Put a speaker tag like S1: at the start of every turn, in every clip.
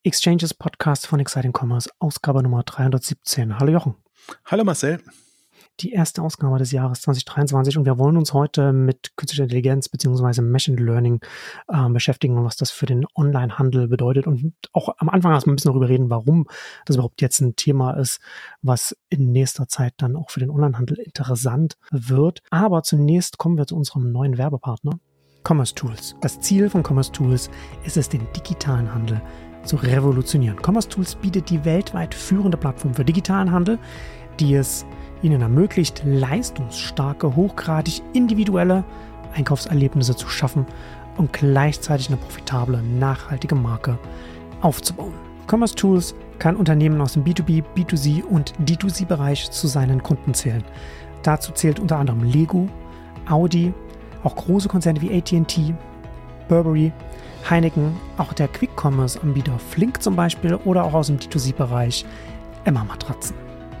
S1: Exchanges Podcast von Exciting Commerce, Ausgabe Nummer 317. Hallo Jochen.
S2: Hallo Marcel.
S1: Die erste Ausgabe des Jahres 2023 und wir wollen uns heute mit künstlicher Intelligenz bzw. Machine Learning beschäftigen und was das für den Onlinehandel bedeutet und auch am Anfang erstmal ein bisschen darüber reden, warum das überhaupt jetzt ein Thema ist, was in nächster Zeit dann auch für den Onlinehandel interessant wird. Aber zunächst kommen wir zu unserem neuen Werbepartner, Commerce Tools. Das Ziel von Commerce Tools ist es, den digitalen Handel zu revolutionieren. Commerce Tools bietet die weltweit führende Plattform für digitalen Handel, die es Ihnen ermöglicht, leistungsstarke, hochgradig individuelle Einkaufserlebnisse zu schaffen und gleichzeitig eine profitable, nachhaltige Marke aufzubauen. Commerce Tools kann Unternehmen aus dem B2B, B2C und D2C-Bereich zu seinen Kunden zählen. Dazu zählt unter anderem Lego, Audi, auch große Konzerne wie AT&T, Burberry, Heineken, auch der Quick-Commerce-Anbieter Flink zum Beispiel oder auch aus dem D2C-Bereich Emma Matratzen.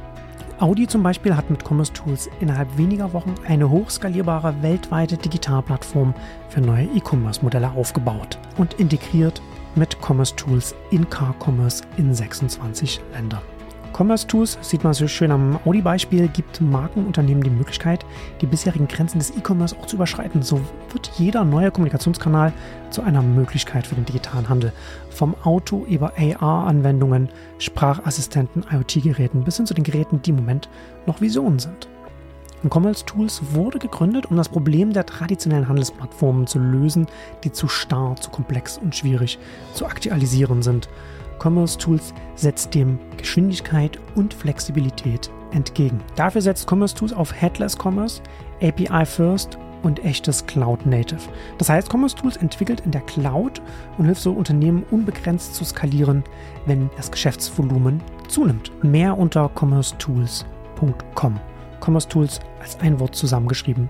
S1: Audi zum Beispiel hat mit Commerce Tools innerhalb weniger Wochen eine hochskalierbare weltweite Digitalplattform für neue E-Commerce-Modelle aufgebaut und integriert mit Commerce Tools in Car Commerce in 26 Ländern. Commerce Tools, sieht man so schön am Audi-Beispiel, gibt Markenunternehmen die Möglichkeit, die bisherigen Grenzen des E-Commerce auch zu überschreiten. So wird jeder neue Kommunikationskanal zu einer Möglichkeit für den digitalen Handel. Vom Auto über AR-Anwendungen, Sprachassistenten, IoT-Geräten bis hin zu den Geräten, die im Moment noch Visionen sind. Und Commerce Tools wurde gegründet, um das Problem der traditionellen Handelsplattformen zu lösen, die zu starr, zu komplex und schwierig zu aktualisieren sind. Commerce Tools setzt dem Geschwindigkeit und Flexibilität entgegen. Dafür setzt Commerce Tools auf Headless Commerce, API First und echtes Cloud Native. Das heißt, Commerce Tools entwickelt in der Cloud und hilft so Unternehmen unbegrenzt zu skalieren, wenn das Geschäftsvolumen zunimmt. Mehr unter commercetools.com. Commerce Tools als ein Wort zusammengeschrieben.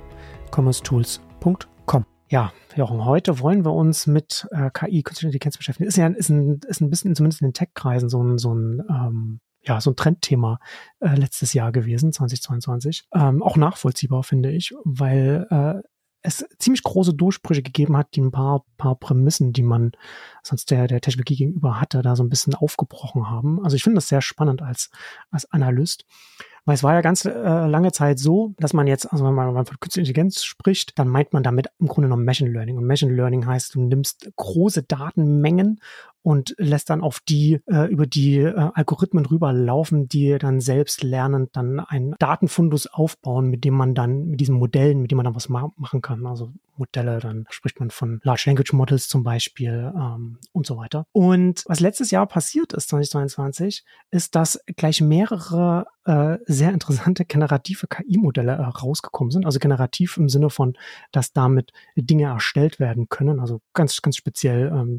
S1: commercetools.com. Ja, Jochen, heute wollen wir uns mit KI, künstlicher Intelligenz beschäftigen. Ist ein bisschen, zumindest in den Tech-Kreisen, so ein Trendthema letztes Jahr gewesen, 2022. Auch nachvollziehbar, finde ich, weil es ziemlich große Durchbrüche gegeben hat, die ein paar Prämissen, die man sonst der Technologie gegenüber hatte, da so ein bisschen aufgebrochen haben. Also ich finde das sehr spannend als Analyst. Weil es war ja ganz lange Zeit so, dass man jetzt, also wenn man von künstlicher Intelligenz spricht, dann meint man damit im Grunde genommen Machine Learning. Und Machine Learning heißt, du nimmst große Datenmengen und lässt dann auf die über die Algorithmen rüberlaufen, die dann selbst lernend dann einen Datenfundus aufbauen, mit dem man dann, mit diesen Modellen, mit dem man dann was machen kann. Also Modelle, dann spricht man von Large Language Models zum Beispiel und so weiter. Und was letztes Jahr passiert ist, 2022, ist, dass gleich mehrere sehr interessante generative KI-Modelle rausgekommen sind. Also generativ im Sinne von, dass damit Dinge erstellt werden können. Also ganz, ganz speziell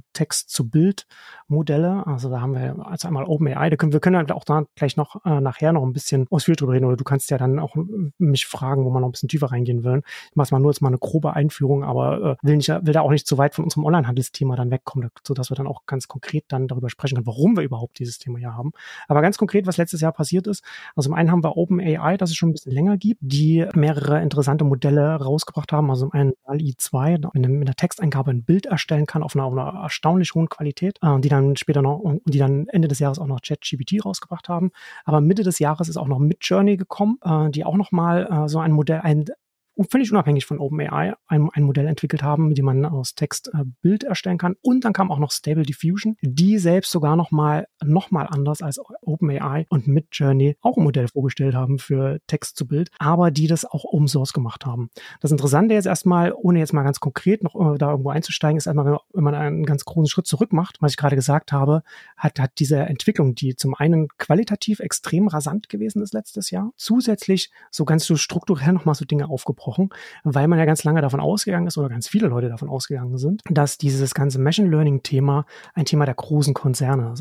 S1: Text-zu-Bild-Modelle. Also da haben wir also einmal OpenAI. Wir können halt auch da gleich noch nachher noch ein bisschen ausführlich drüber reden. Oder du kannst ja dann auch mich fragen, wo man noch ein bisschen tiefer reingehen will. Ich mache mal nur jetzt mal eine grobe Einführung, aber will da auch nicht zu weit von unserem Onlinehandelsthema dann wegkommen, sodass wir dann auch ganz konkret dann darüber sprechen können, warum wir überhaupt dieses Thema hier haben. Aber ganz konkret, was letztes Jahr passiert ist, also zum einen haben wir OpenAI, das es schon ein bisschen länger gibt, die mehrere interessante Modelle rausgebracht haben. Also zum einen DALL-E 2, mit der Texteingabe ein Bild erstellen kann auf einer erstaunlich hohen Qualität, die dann Ende des Jahres auch noch ChatGPT rausgebracht haben. Aber Mitte des Jahres ist auch noch Midjourney gekommen, die auch nochmal so ein Modell, völlig unabhängig von OpenAI ein Modell entwickelt haben, mit dem man aus Text Bild erstellen kann. Und dann kam auch noch Stable Diffusion, die selbst sogar noch mal anders als OpenAI und Midjourney auch ein Modell vorgestellt haben für Text zu Bild, aber die das auch Open Source gemacht haben. Das Interessante jetzt erstmal, ohne jetzt mal ganz konkret noch da irgendwo einzusteigen, ist einmal, wenn man einen ganz großen Schritt zurück macht, was ich gerade gesagt habe, hat diese Entwicklung, die zum einen qualitativ extrem rasant gewesen ist letztes Jahr, zusätzlich so ganz so strukturell nochmal so Dinge aufgebrochen, weil man ja ganz lange davon ausgegangen ist oder ganz viele Leute davon ausgegangen sind, dass dieses ganze Machine Learning Thema ein Thema der großen Konzerne ist. Also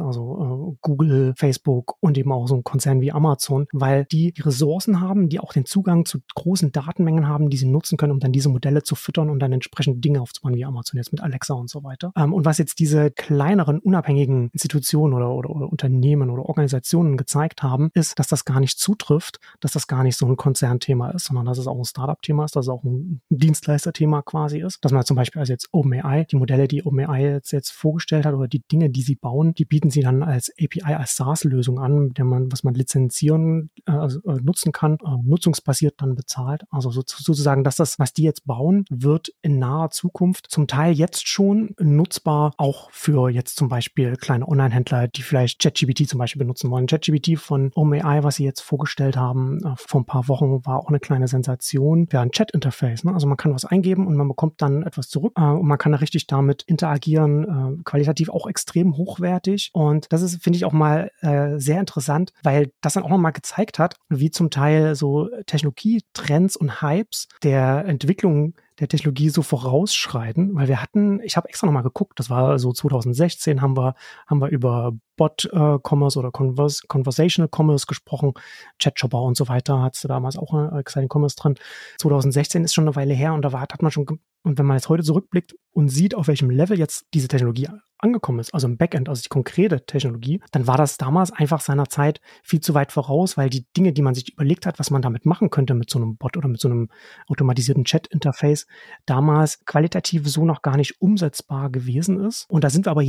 S1: Google, Facebook und eben auch so ein Konzern wie Amazon, weil die Ressourcen haben, die auch den Zugang zu großen Datenmengen haben, die sie nutzen können, um dann diese Modelle zu füttern und dann entsprechend Dinge aufzubauen, wie Amazon jetzt mit Alexa und so weiter. Und was jetzt diese kleineren, unabhängigen Institutionen oder Unternehmen oder Organisationen gezeigt haben, ist, dass das gar nicht zutrifft, dass das gar nicht so ein Konzernthema ist, sondern dass es auch ein Startup-Thema ist, dass es auch ein Dienstleister-Thema quasi ist. Dass man zum Beispiel also jetzt OpenAI, die Modelle, die OpenAI jetzt vorgestellt hat oder die Dinge, die sie bauen, die bieten sie dann als API, als SaaS-Lösung an, mit der was man lizenzieren, nutzen kann, nutzungsbasiert dann bezahlt. Also sozusagen, dass das, was die jetzt bauen, wird in naher Zukunft zum Teil jetzt schon nutzbar, auch für jetzt zum Beispiel kleine Online-Händler, die vielleicht ChatGPT zum Beispiel benutzen wollen. ChatGPT von OpenAI, was sie jetzt vorgestellt haben, vor ein paar Wochen, war auch eine kleine Sensation. Ja, ein Chat-Interface. Ne? Also man kann was eingeben und man bekommt dann etwas zurück und man kann da richtig damit interagieren, qualitativ auch extrem hochwertig. Und das ist, finde ich, auch mal sehr interessant, weil das dann auch nochmal gezeigt hat, wie zum Teil so Technologietrends und Hypes der Entwicklung der Technologie so vorausschreiten, weil ich habe extra nochmal geguckt, das war so 2016, haben wir über Bot-Commerce oder Conversational Commerce gesprochen, Chat-Shopper und so weiter, hattest du damals auch Exciting Commerce dran. 2016 ist schon eine Weile her und da hat man schon, und wenn man jetzt heute zurückblickt und sieht, auf welchem Level jetzt diese Technologie angekommen ist, also im Backend, also die konkrete Technologie, dann war das damals einfach seiner Zeit viel zu weit voraus, weil die Dinge, die man sich überlegt hat, was man damit machen könnte mit so einem Bot oder mit so einem automatisierten Chat-Interface, damals qualitativ so noch gar nicht umsetzbar gewesen ist. Und da sind wir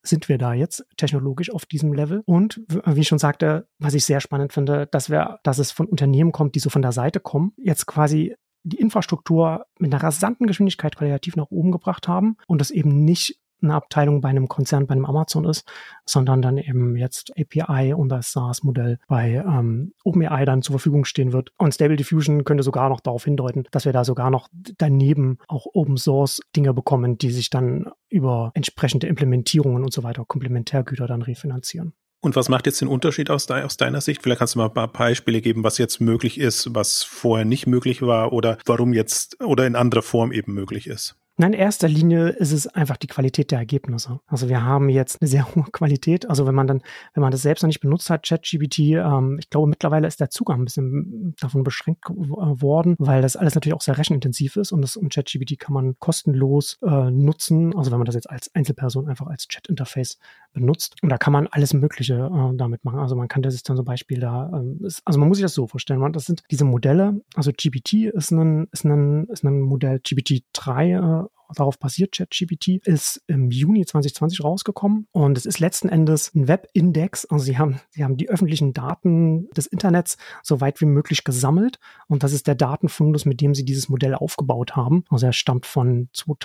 S1: da jetzt technologisch auf diesem Level. Und wie ich schon sagte, was ich sehr spannend finde, dass es von Unternehmen kommt, die so von der Seite kommen, jetzt quasi die Infrastruktur mit einer rasanten Geschwindigkeit qualitativ nach oben gebracht haben und das eben nicht eine Abteilung bei einem Konzern, bei einem Amazon ist, sondern dann eben jetzt API und das SaaS-Modell bei OpenAI dann zur Verfügung stehen wird. Und Stable Diffusion könnte sogar noch darauf hindeuten, dass wir da sogar noch daneben auch Open-Source-Dinge bekommen, die sich dann über entsprechende Implementierungen und so weiter, Komplementärgüter dann refinanzieren.
S2: Und was macht jetzt den Unterschied aus deiner Sicht? Vielleicht kannst du mal ein paar Beispiele geben, was jetzt möglich ist, was vorher nicht möglich war oder warum jetzt oder in anderer Form eben möglich ist.
S1: In erster Linie ist es einfach die Qualität der Ergebnisse. Also wir haben jetzt eine sehr hohe Qualität. Also wenn man das selbst noch nicht benutzt hat, ChatGPT, ich glaube mittlerweile ist der Zugang ein bisschen davon beschränkt worden, weil das alles natürlich auch sehr rechenintensiv ist und ChatGPT kann man kostenlos nutzen. Also wenn man das jetzt als Einzelperson einfach als Chat-Interface benutzt. Und da kann man alles Mögliche damit machen. Also man kann das dann zum Beispiel also man muss sich das so vorstellen, das sind diese Modelle, also GPT ist ein Modell, GPT-3, darauf basiert ChatGPT, ist im Juni 2020 rausgekommen und es ist letzten Endes ein Webindex. Also sie haben die öffentlichen Daten des Internets so weit wie möglich gesammelt und das ist der Datenfundus, mit dem sie dieses Modell aufgebaut haben. Also er stammt von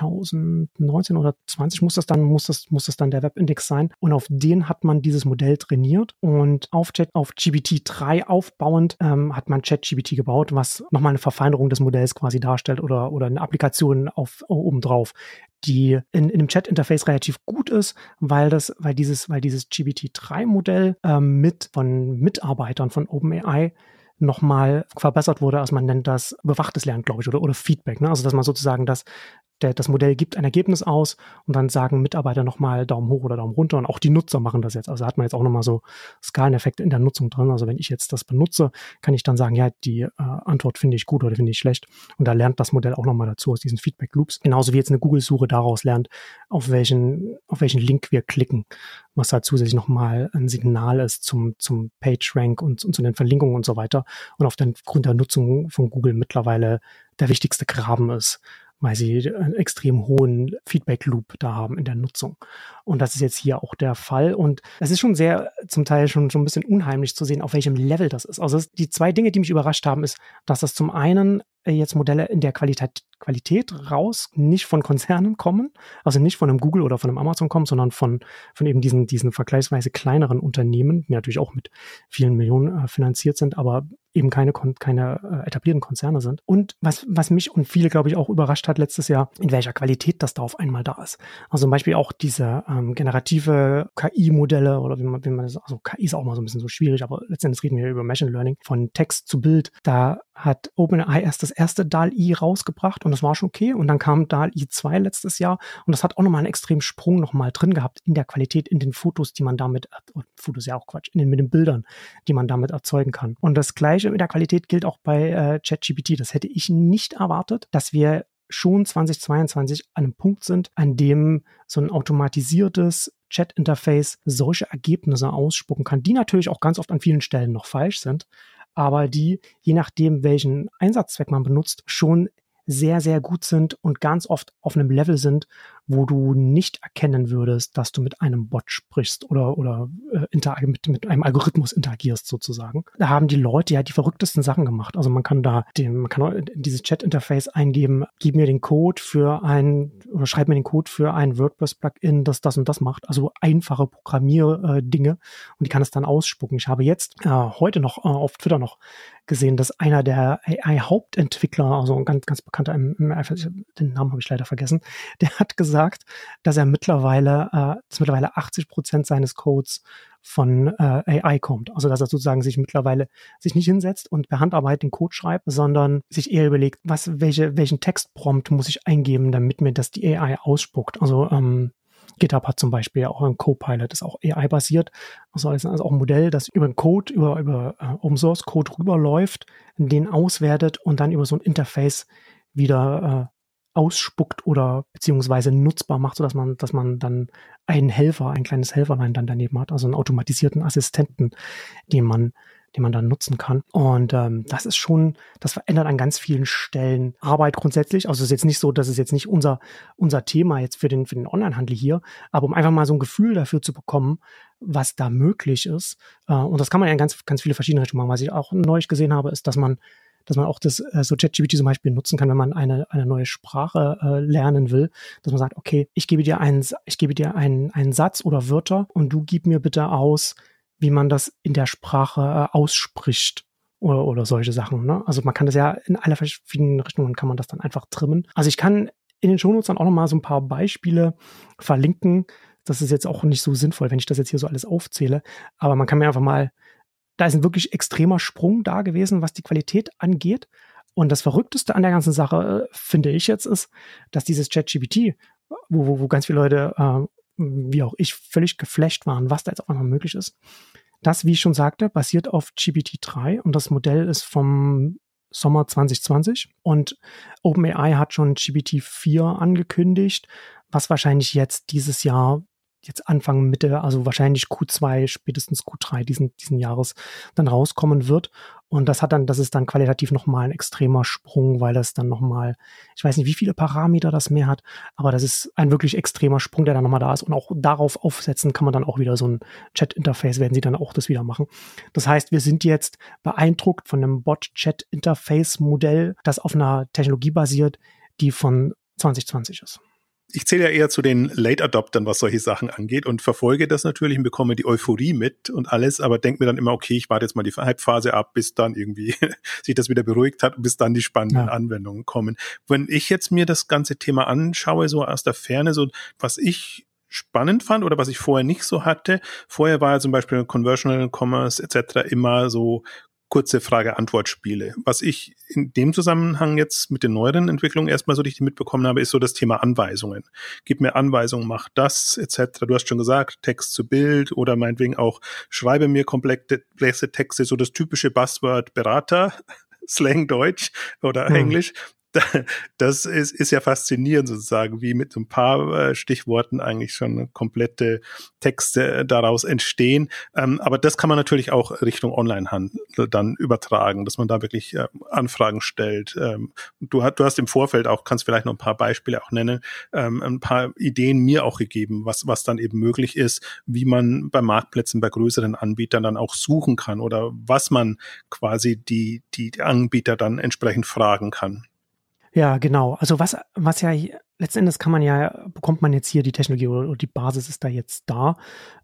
S1: 2019 oder 20 muss das dann der Webindex sein und auf den hat man dieses Modell trainiert und auf GPT-3 aufbauend hat man ChatGPT gebaut, was nochmal eine Verfeinerung des Modells quasi darstellt oder eine Applikation obendrauf, die in dem Chat-Interface relativ gut ist, weil dieses GPT-3-Modell von Mitarbeitern von OpenAI nochmal verbessert wurde, also man nennt das bewachtes Lernen, glaube ich, oder Feedback. Ne? Also dass man sozusagen das Modell gibt ein Ergebnis aus und dann sagen Mitarbeiter nochmal Daumen hoch oder Daumen runter und auch die Nutzer machen das jetzt. Also hat man jetzt auch nochmal so Skaleneffekte in der Nutzung drin. Also wenn ich jetzt das benutze, kann ich dann sagen, ja, die Antwort finde ich gut oder finde ich schlecht. Und da lernt das Modell auch nochmal dazu aus diesen Feedback-Loops. Genauso wie jetzt eine Google-Suche daraus lernt, auf welchen Link wir klicken, was halt zusätzlich nochmal ein Signal ist zum PageRank und zu den Verlinkungen und so weiter. Und aufgrund der Nutzung von Google mittlerweile der wichtigste Graben ist, weil sie einen extrem hohen Feedback-Loop da haben in der Nutzung. Und das ist jetzt hier auch der Fall. Und es ist schon zum Teil schon ein bisschen unheimlich zu sehen, auf welchem Level das ist. Also die zwei Dinge, die mich überrascht haben, ist, dass das zum einen jetzt Modelle in der Qualität raus nicht von Konzernen kommen, also nicht von einem Google oder von einem Amazon kommen, sondern von eben diesen vergleichsweise kleineren Unternehmen, die natürlich auch mit vielen Millionen finanziert sind, aber eben keine etablierten Konzerne sind. Und was mich und viele, glaube ich, auch überrascht hat letztes Jahr, in welcher Qualität das da auf einmal da ist. Also zum Beispiel auch diese generative KI-Modelle oder wie man das, also KI ist auch mal so ein bisschen so schwierig, aber letztendlich reden wir über Machine Learning, von Text zu Bild. Da hat OpenAI erst das erste DALL-E rausgebracht und das war schon okay. Und dann kam DALL-E 2 letztes Jahr und das hat auch nochmal einen extremen Sprung nochmal drin gehabt in der Qualität, in den Fotos, die man damit, Fotos ja auch Quatsch, mit den Bildern, die man damit erzeugen kann. Und das Gleiche mit der Qualität gilt auch bei ChatGPT. Das hätte ich nicht erwartet, dass wir schon 2022 an einem Punkt sind, an dem so ein automatisiertes Chat-Interface solche Ergebnisse ausspucken kann, die natürlich auch ganz oft an vielen Stellen noch falsch sind, aber die, je nachdem, welchen Einsatzzweck man benutzt, schon sehr, sehr gut sind und ganz oft auf einem Level sind, wo du nicht erkennen würdest, dass du mit einem Bot sprichst oder mit einem Algorithmus interagierst sozusagen. Da haben die Leute ja die verrücktesten Sachen gemacht. Also man kann in dieses Chat-Interface eingeben, gib mir den Code oder schreib mir den Code für ein WordPress-Plugin, das und das macht. Also einfache Programmierdinge und die kann es dann ausspucken. Ich habe jetzt heute noch auf Twitter noch gesehen, dass einer der AI-Hauptentwickler, also ein ganz, ganz bekannter, den Namen habe ich leider vergessen, der hat gesagt, dass er mittlerweile 80% seines Codes von AI kommt. Also dass er sozusagen sich mittlerweile nicht hinsetzt und per Handarbeit den Code schreibt, sondern sich eher überlegt, welchen Textprompt muss ich eingeben, damit mir das die AI ausspuckt. Also GitHub hat zum Beispiel auch ein Copilot, ist auch AI-basiert. Also ist auch ein Modell, das über den Code, über Open-Source-Code rüberläuft, den auswertet und dann über so ein Interface wieder ausspuckt oder beziehungsweise nutzbar macht, sodass man dann ein kleines Helferlein dann daneben hat, also einen automatisierten Assistenten, den man dann nutzen kann. Und das verändert an ganz vielen Stellen Arbeit grundsätzlich. Also es ist jetzt nicht so, dass es jetzt nicht unser Thema jetzt für den Onlinehandel hier, aber um einfach mal so ein Gefühl dafür zu bekommen, was da möglich ist. Und das kann man ja in ganz, ganz viele verschiedene Richtungen machen. Was ich auch neulich gesehen habe, ist, dass man auch das so ChatGPT zum Beispiel nutzen kann, wenn man eine neue Sprache lernen will, dass man sagt, okay, ich gebe dir einen Satz oder Wörter und du gib mir bitte aus, wie man das in der Sprache ausspricht oder solche Sachen. Ne? Also man kann das ja in alle verschiedenen Richtungen kann man das dann einfach trimmen. Also ich kann in den Shownotes dann auch nochmal so ein paar Beispiele verlinken. Das ist jetzt auch nicht so sinnvoll, wenn ich das jetzt hier so alles aufzähle, aber man kann mir einfach mal, da ist ein wirklich extremer Sprung da gewesen, was die Qualität angeht. Und das Verrückteste an der ganzen Sache, finde ich jetzt, ist, dass dieses ChatGPT, wo ganz viele Leute, wie auch ich, völlig geflasht waren, was da jetzt auf einmal möglich ist. Das, wie ich schon sagte, basiert auf GPT-3 und das Modell ist vom Sommer 2020 und OpenAI hat schon GPT-4 angekündigt, was wahrscheinlich jetzt dieses Jahr, jetzt Anfang Mitte, also wahrscheinlich Q2, spätestens Q3 diesen Jahres dann rauskommen wird. Und das ist dann qualitativ nochmal ein extremer Sprung, weil das dann nochmal, ich weiß nicht, wie viele Parameter das mehr hat, aber das ist ein wirklich extremer Sprung, der dann nochmal da ist. Und auch darauf aufsetzen kann man dann auch wieder so ein Chat-Interface, werden sie dann auch das wieder machen. Das heißt, wir sind jetzt beeindruckt von einem Bot-Chat-Interface-Modell, das auf einer Technologie basiert, die von 2020 ist.
S2: Ich zähle ja eher zu den Late-Adoptern, was solche Sachen angeht und verfolge das natürlich und bekomme die Euphorie mit und alles, aber denke mir dann immer, okay, ich warte jetzt mal die Hype-Phase ab, bis dann irgendwie sich das wieder beruhigt hat und bis dann die spannenden Anwendungen kommen. Wenn ich jetzt mir das ganze Thema anschaue, so aus der Ferne, so was ich spannend fand oder was ich vorher nicht so hatte, vorher war ja zum Beispiel Conversational Commerce etc. immer so kurze Frage-Antwort-Spiele. Was ich in dem Zusammenhang jetzt mit den neueren Entwicklungen erstmal so richtig mitbekommen habe, ist so das Thema Anweisungen. Gib mir Anweisungen, mach das, etc. Du hast schon gesagt, Text zu Bild oder meinetwegen auch schreibe mir komplexe Texte, so das typische Buzzword Berater, Slang Deutsch oder Englisch. Das ist ja faszinierend sozusagen, wie mit so ein paar Stichworten eigentlich schon komplette Texte daraus entstehen. Aber das kann man natürlich auch Richtung Onlinehandel dann übertragen, dass man da wirklich Anfragen stellt. Du hast im Vorfeld auch, kannst vielleicht noch ein paar Beispiele auch nennen, ein paar Ideen mir auch gegeben, was dann eben möglich ist, wie man bei Marktplätzen, bei größeren Anbietern dann auch suchen kann oder was man quasi die Anbieter dann entsprechend fragen kann.
S1: Ja, genau. Also was ja letzten Endes bekommt man jetzt hier die Technologie oder die Basis ist da jetzt da,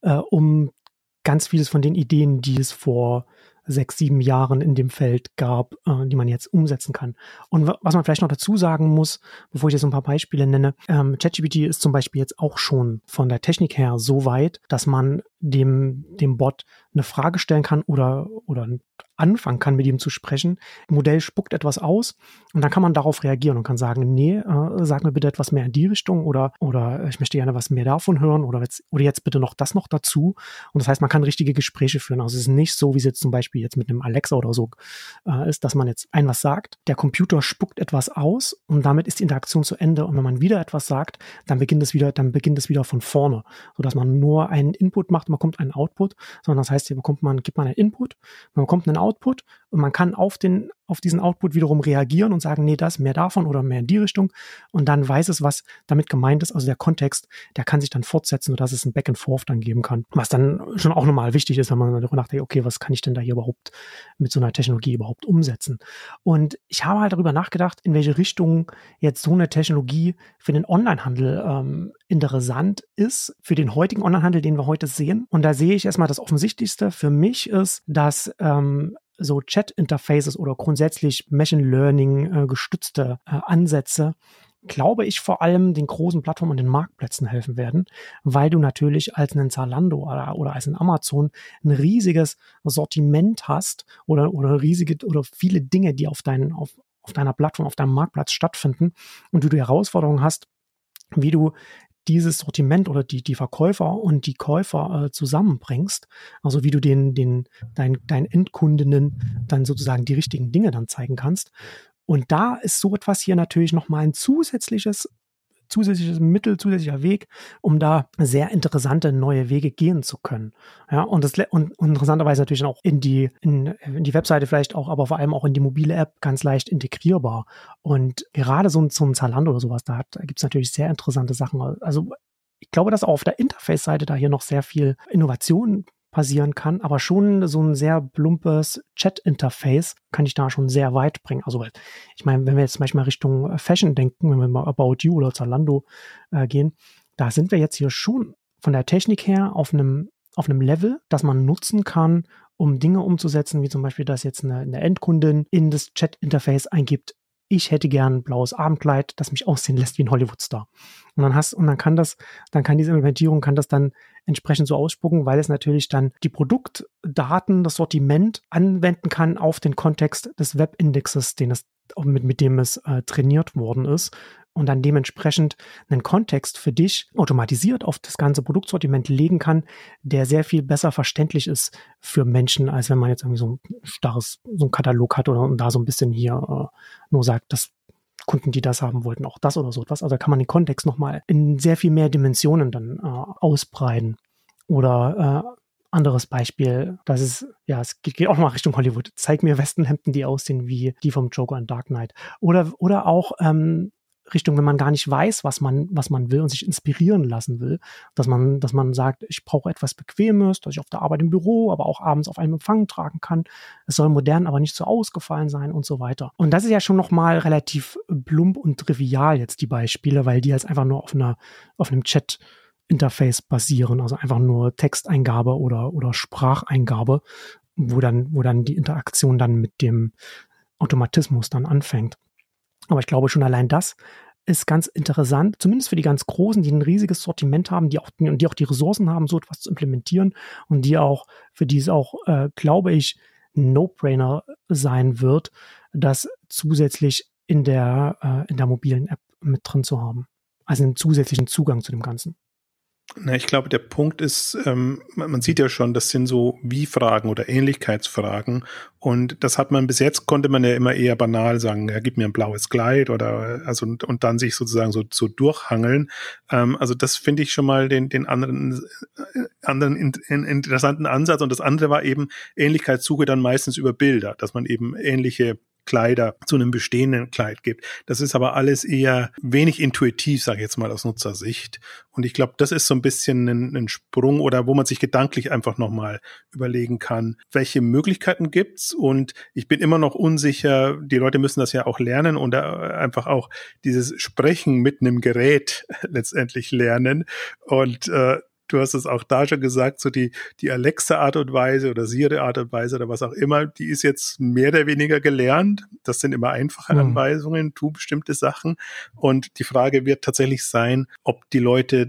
S1: um ganz vieles von den Ideen, die es vor 6, 7 Jahren in dem Feld gab, die man jetzt umsetzen kann. Und was man vielleicht noch dazu sagen muss, bevor ich jetzt ein paar Beispiele nenne, ChatGPT ist zum Beispiel jetzt auch schon von der Technik her so weit, dass man dem Bot eine Frage stellen kann oder anfangen kann, mit ihm zu sprechen. Das Modell spuckt etwas aus und dann kann man darauf reagieren und kann sagen, nee, sag mir bitte etwas mehr in die Richtung oder ich möchte gerne was mehr davon hören oder jetzt bitte noch das noch dazu. Und das heißt, man kann richtige Gespräche führen. Also es ist nicht so, wie es jetzt zum Beispiel jetzt mit einem Alexa oder so ist, dass man jetzt was sagt, der Computer spuckt etwas aus und damit ist die Interaktion zu Ende. Und wenn man wieder etwas sagt, dann beginnt es wieder von vorne, sodass man nur einen Input macht und man bekommt einen Output, sondern das heißt, hier gibt man einen Input, man bekommt einen Output und man kann auf diesen Output wiederum reagieren und sagen, nee, das, mehr davon oder mehr in die Richtung und dann weiß es, was damit gemeint ist, also der Kontext, der kann sich dann fortsetzen, sodass es ein Back and Forth dann geben kann, was dann schon auch nochmal wichtig ist, wenn man darüber nachdenkt, okay, was kann ich denn da hier überhaupt mit so einer Technologie überhaupt umsetzen? Und ich habe halt darüber nachgedacht, in welche Richtung jetzt so eine Technologie für den Onlinehandel interessant ist, für den heutigen Onlinehandel, den wir heute sehen. Und da sehe ich erstmal, das Offensichtlichste für mich ist, dass so Chat-Interfaces oder grundsätzlich Machine Learning gestützte Ansätze, glaube ich, vor allem den großen Plattformen und den Marktplätzen helfen werden, weil du natürlich als ein Zalando oder als ein Amazon ein riesiges Sortiment hast oder viele Dinge, die auf deiner Plattform, auf deinem Marktplatz stattfinden und du die Herausforderung hast, wie du dieses Sortiment oder die Verkäufer und die Käufer zusammenbringst, also wie du deinen Endkundinnen dann sozusagen die richtigen Dinge dann zeigen kannst. Und da ist so etwas hier natürlich nochmal ein zusätzliches Mittel, zusätzlicher Weg, um da sehr interessante neue Wege gehen zu können. Ja, und interessanterweise natürlich auch in die Webseite vielleicht auch, aber vor allem auch in die mobile App ganz leicht integrierbar. Und gerade so ein Zalando oder sowas, da gibt es natürlich sehr interessante Sachen. Also ich glaube, dass auch auf der Interface-Seite da hier noch sehr viel Innovation passieren kann, aber schon so ein sehr plumpes Chat-Interface kann ich da schon sehr weit bringen. Also ich meine, wenn wir jetzt manchmal Richtung Fashion denken, wenn wir mal About You oder Zalando gehen, da sind wir jetzt hier schon von der Technik her auf einem Level, das man nutzen kann, um Dinge umzusetzen, wie zum Beispiel, dass jetzt eine Endkundin in das Chat-Interface eingibt, ich hätte gern ein blaues Abendkleid, das mich aussehen lässt wie ein Hollywood-Star. Dann kann diese Implementierung das dann entsprechend so ausspucken, weil es natürlich dann die Produktdaten, das Sortiment anwenden kann auf den Kontext des Webindexes, mit dem es trainiert worden ist und dann dementsprechend einen Kontext für dich automatisiert auf das ganze Produktsortiment legen kann, der sehr viel besser verständlich ist für Menschen, als wenn man jetzt irgendwie so ein Katalog hat und da so ein bisschen hier nur sagt, dass Kunden, die das haben wollten, auch das oder so etwas. Also da kann man den Kontext nochmal in sehr viel mehr Dimensionen dann ausbreiten. Oder anderes Beispiel, es geht auch nochmal Richtung Hollywood. Zeig mir Westenhemden, die aussehen wie die vom Joker in Dark Knight. Oder auch Richtung, wenn man gar nicht weiß, was man will und sich inspirieren lassen will, dass man sagt, ich brauche etwas Bequemes, das ich auf der Arbeit im Büro, aber auch abends auf einem Empfang tragen kann. Es soll modern, aber nicht so ausgefallen sein und so weiter. Und das ist ja schon nochmal relativ plump und trivial jetzt die Beispiele, weil die jetzt einfach nur auf einem Chat-Interface basieren, also einfach nur Texteingabe oder Spracheingabe, wo dann die Interaktion dann mit dem Automatismus dann anfängt. Aber ich glaube schon allein das ist ganz interessant, zumindest für die ganz Großen, die ein riesiges Sortiment haben, die auch die Ressourcen haben, so etwas zu implementieren und für die es auch, glaube ich, ein No-Brainer sein wird, das zusätzlich in der mobilen App mit drin zu haben. Also einen zusätzlichen Zugang zu dem Ganzen.
S2: Na, ich glaube, der Punkt ist, man sieht ja schon, das sind so Wie-Fragen oder Ähnlichkeitsfragen und das bis jetzt konnte man ja immer eher banal sagen, ja, gib mir ein blaues Kleid und dann sich sozusagen so durchhangeln. Also das finde ich schon mal den anderen interessanten Ansatz und das andere war eben Ähnlichkeitssuche dann meistens über Bilder, dass man eben ähnliche Kleider zu einem bestehenden Kleid gibt. Das ist aber alles eher wenig intuitiv, sage ich jetzt mal aus Nutzersicht. Und ich glaube, das ist so ein bisschen ein Sprung oder wo man sich gedanklich einfach nochmal überlegen kann, welche Möglichkeiten gibt's. Und ich bin immer noch unsicher, die Leute müssen das ja auch lernen und einfach auch dieses Sprechen mit einem Gerät letztendlich lernen. Und du hast es auch da schon gesagt, so die Alexa-Art und Weise oder Siri-Art und Weise oder was auch immer, die ist jetzt mehr oder weniger gelernt. Das sind immer einfache Anweisungen, tu bestimmte Sachen. Und die Frage wird tatsächlich sein, ob die Leute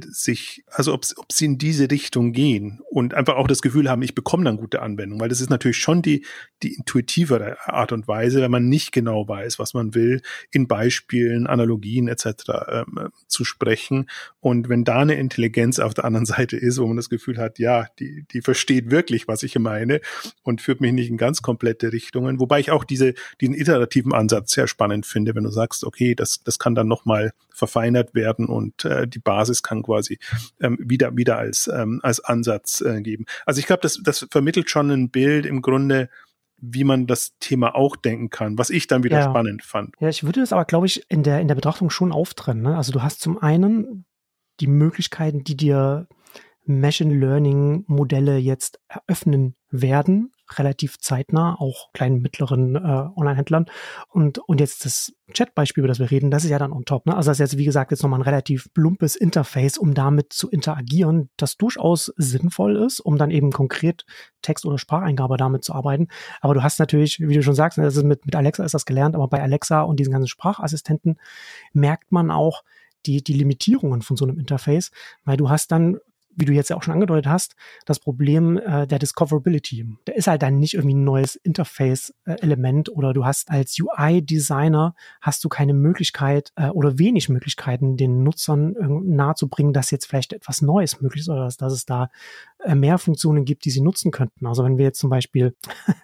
S2: ob sie in diese Richtung gehen und einfach auch das Gefühl haben, ich bekomme dann gute Anwendung, weil das ist natürlich schon die intuitivere Art und Weise, wenn man nicht genau weiß, was man will, in Beispielen, Analogien etc. Zu sprechen. Und wenn da eine Intelligenz auf der anderen Seite ist, wo man das Gefühl hat, ja, die versteht wirklich, was ich meine und führt mich nicht in ganz komplette Richtungen. Wobei ich auch diesen iterativen Ansatz sehr spannend finde, wenn du sagst, okay, das kann dann nochmal verfeinert werden und die Basis kann quasi wieder als Ansatz geben. Also ich glaube, das vermittelt schon ein Bild im Grunde, wie man das Thema auch denken kann, was ich dann wieder spannend fand.
S1: Ja, ich würde das aber, glaube ich, in der Betrachtung schon auftrennen. Ne? Also du hast zum einen die Möglichkeiten, die dir Machine Learning Modelle jetzt eröffnen werden, relativ zeitnah, auch kleinen, mittleren Online-Händlern. Und jetzt das Chat-Beispiel, über das wir reden, das ist ja dann on top. Ne? Also das ist jetzt, wie gesagt, jetzt nochmal ein relativ plumpes Interface, um damit zu interagieren, das durchaus sinnvoll ist, um dann eben konkret Text- oder Spracheingabe damit zu arbeiten. Aber du hast natürlich, wie du schon sagst, das ist mit Alexa ist das gelernt, aber bei Alexa und diesen ganzen Sprachassistenten merkt man auch die Limitierungen von so einem Interface, weil du hast dann, wie du jetzt ja auch schon angedeutet hast, das Problem der Discoverability. Da ist halt dann nicht irgendwie ein neues Interface-Element oder du hast als UI-Designer hast du keine Möglichkeit oder wenig Möglichkeiten, den Nutzern nahezubringen, dass jetzt vielleicht etwas Neues möglich ist oder dass es da mehr Funktionen gibt, die sie nutzen könnten. Also wenn wir jetzt zum Beispiel,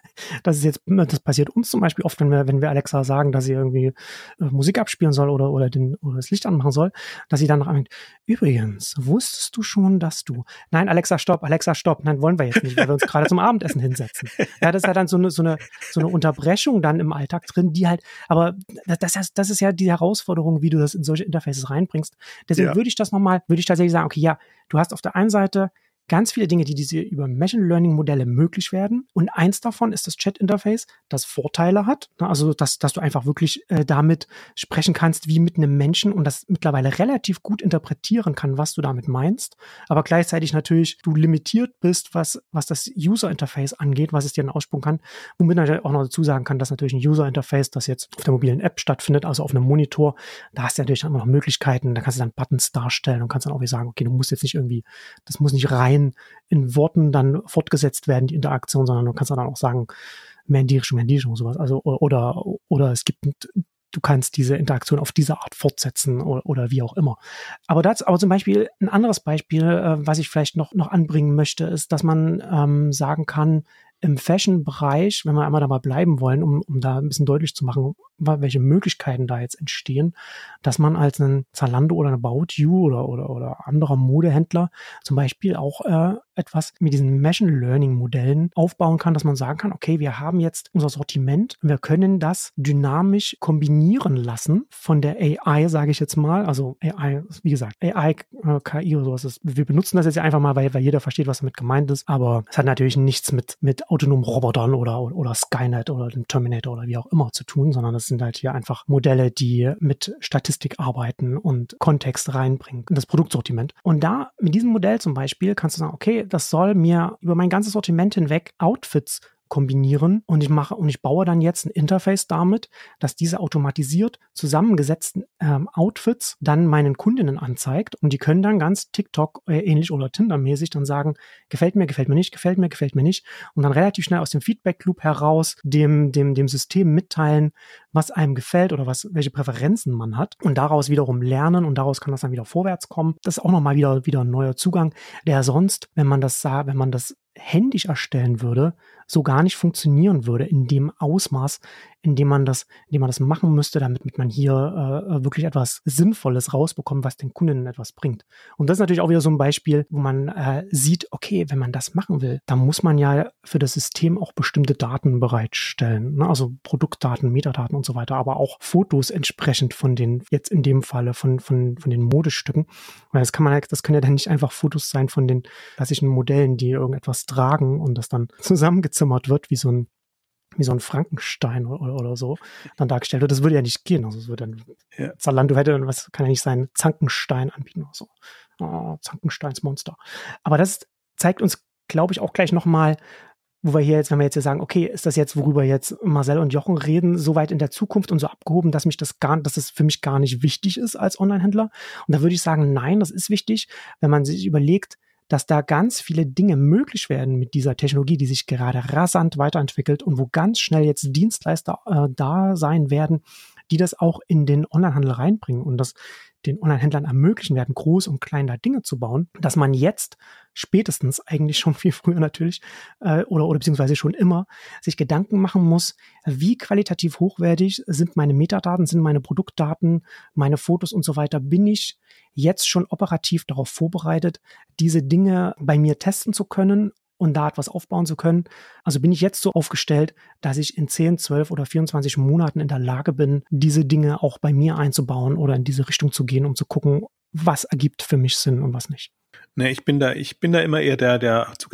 S1: das passiert uns zum Beispiel oft, wenn wir Alexa sagen, dass sie irgendwie Musik abspielen soll oder das Licht anmachen soll, dass sie dann noch anfängt, übrigens, wusstest du schon, dass nein, Alexa, stopp, nein, wollen wir jetzt nicht, weil wir uns gerade zum Abendessen hinsetzen. Ja, das ist ja dann so eine Unterbrechung dann im Alltag drin, die halt, aber das ist ja die Herausforderung, wie du das in solche Interfaces reinbringst. Deswegen würde ich tatsächlich sagen, okay, ja, du hast auf der einen Seite ganz viele Dinge, die diese über Machine Learning Modelle möglich werden. Und eins davon ist das Chat-Interface, das Vorteile hat. Also, dass du einfach wirklich damit sprechen kannst wie mit einem Menschen und das mittlerweile relativ gut interpretieren kann, was du damit meinst. Aber gleichzeitig natürlich du limitiert bist, was das User-Interface angeht, was es dir ausspucken kann. Womit man natürlich auch noch dazu sagen kann, dass natürlich ein User-Interface, das jetzt auf der mobilen App stattfindet, also auf einem Monitor, da hast du natürlich dann noch Möglichkeiten, da kannst du dann Buttons darstellen und kannst dann auch wieder sagen, okay, du musst jetzt nicht irgendwie, das muss nicht rein in Worten dann fortgesetzt werden, die Interaktion, sondern du kannst dann auch sagen, mehr in die Richtung und sowas. Also, oder es gibt, du kannst diese Interaktion auf diese Art fortsetzen oder wie auch immer. Aber zum Beispiel, ein anderes Beispiel, was ich vielleicht noch anbringen möchte, ist, dass man sagen kann, im Fashion-Bereich, wenn wir einmal dabei bleiben wollen, um da ein bisschen deutlich zu machen, welche Möglichkeiten da jetzt entstehen, dass man als ein Zalando oder eine About You oder anderer Modehändler zum Beispiel auch etwas mit diesen Machine Learning Modellen aufbauen kann, dass man sagen kann, okay, wir haben jetzt unser Sortiment und wir können das dynamisch kombinieren lassen von der AI, sage ich jetzt mal, also AI, wie gesagt, AI, KI oder sowas. Wir benutzen das jetzt einfach mal, weil jeder versteht, was damit gemeint ist, aber es hat natürlich nichts mit autonomen Robotern oder Skynet oder dem Terminator oder wie auch immer zu tun, sondern das sind halt hier einfach Modelle, die mit Statistik arbeiten und Kontext reinbringen in das Produktsortiment. Und da, mit diesem Modell zum Beispiel, kannst du sagen, okay, das soll mir über mein ganzes Sortiment hinweg Outfits kombinieren und ich baue dann jetzt ein Interface damit, dass diese automatisiert zusammengesetzten Outfits dann meinen Kundinnen anzeigt und die können dann ganz TikTok ähnlich oder Tinder-mäßig dann sagen, gefällt mir nicht, gefällt mir nicht und dann relativ schnell aus dem Feedback-Loop heraus dem System mitteilen, was einem gefällt oder welche Präferenzen man hat und daraus wiederum lernen und daraus kann das dann wieder vorwärts kommen. Das ist auch nochmal wieder ein neuer Zugang, der sonst, wenn man das händisch erstellen würde, so gar nicht funktionieren würde in dem Ausmaß, in dem man das machen müsste, damit man hier wirklich etwas Sinnvolles rausbekommt, was den Kunden etwas bringt. Und das ist natürlich auch wieder so ein Beispiel, wo man sieht, okay, wenn man das machen will, dann muss man ja für das System auch bestimmte Daten bereitstellen, ne? Also Produktdaten, Metadaten und so weiter, aber auch Fotos entsprechend von den, jetzt in dem Falle von den Modestücken, weil das können ja dann nicht einfach Fotos sein von den klassischen Modellen, die irgendetwas tragen und das dann zusammengezimmert wird, wie so ein Frankenstein oder so dann dargestellt wird. Das würde ja nicht gehen. Also es würde dann Zalando kann ja nicht seinen Zankenstein anbieten oder so. Zankensteins Monster. Aber das zeigt uns, glaube ich, auch gleich nochmal, wo wir hier jetzt, wenn wir jetzt hier sagen, okay, ist das jetzt, worüber jetzt Marcel und Jochen reden, so weit in der Zukunft und so abgehoben, dass es für mich gar nicht wichtig ist als Online-Händler? Und da würde ich sagen, nein, das ist wichtig, wenn man sich überlegt, dass da ganz viele Dinge möglich werden mit dieser Technologie, die sich gerade rasant weiterentwickelt und wo ganz schnell jetzt Dienstleister da sein werden, die das auch in den Onlinehandel reinbringen und das den Onlinehändlern ermöglichen werden, groß und klein da Dinge zu bauen, dass man jetzt spätestens eigentlich schon viel früher natürlich oder beziehungsweise schon immer sich Gedanken machen muss, wie qualitativ hochwertig sind meine Metadaten, sind meine Produktdaten, meine Fotos und so weiter. Bin ich jetzt schon operativ darauf vorbereitet, diese Dinge bei mir testen zu können und da etwas aufbauen zu können? Also bin ich jetzt so aufgestellt, dass ich in 10, 12 oder 24 Monaten in der Lage bin, diese Dinge auch bei mir einzubauen oder in diese Richtung zu gehen, um zu gucken, was ergibt für mich Sinn und was nicht.
S2: Ne, ich bin da immer eher der für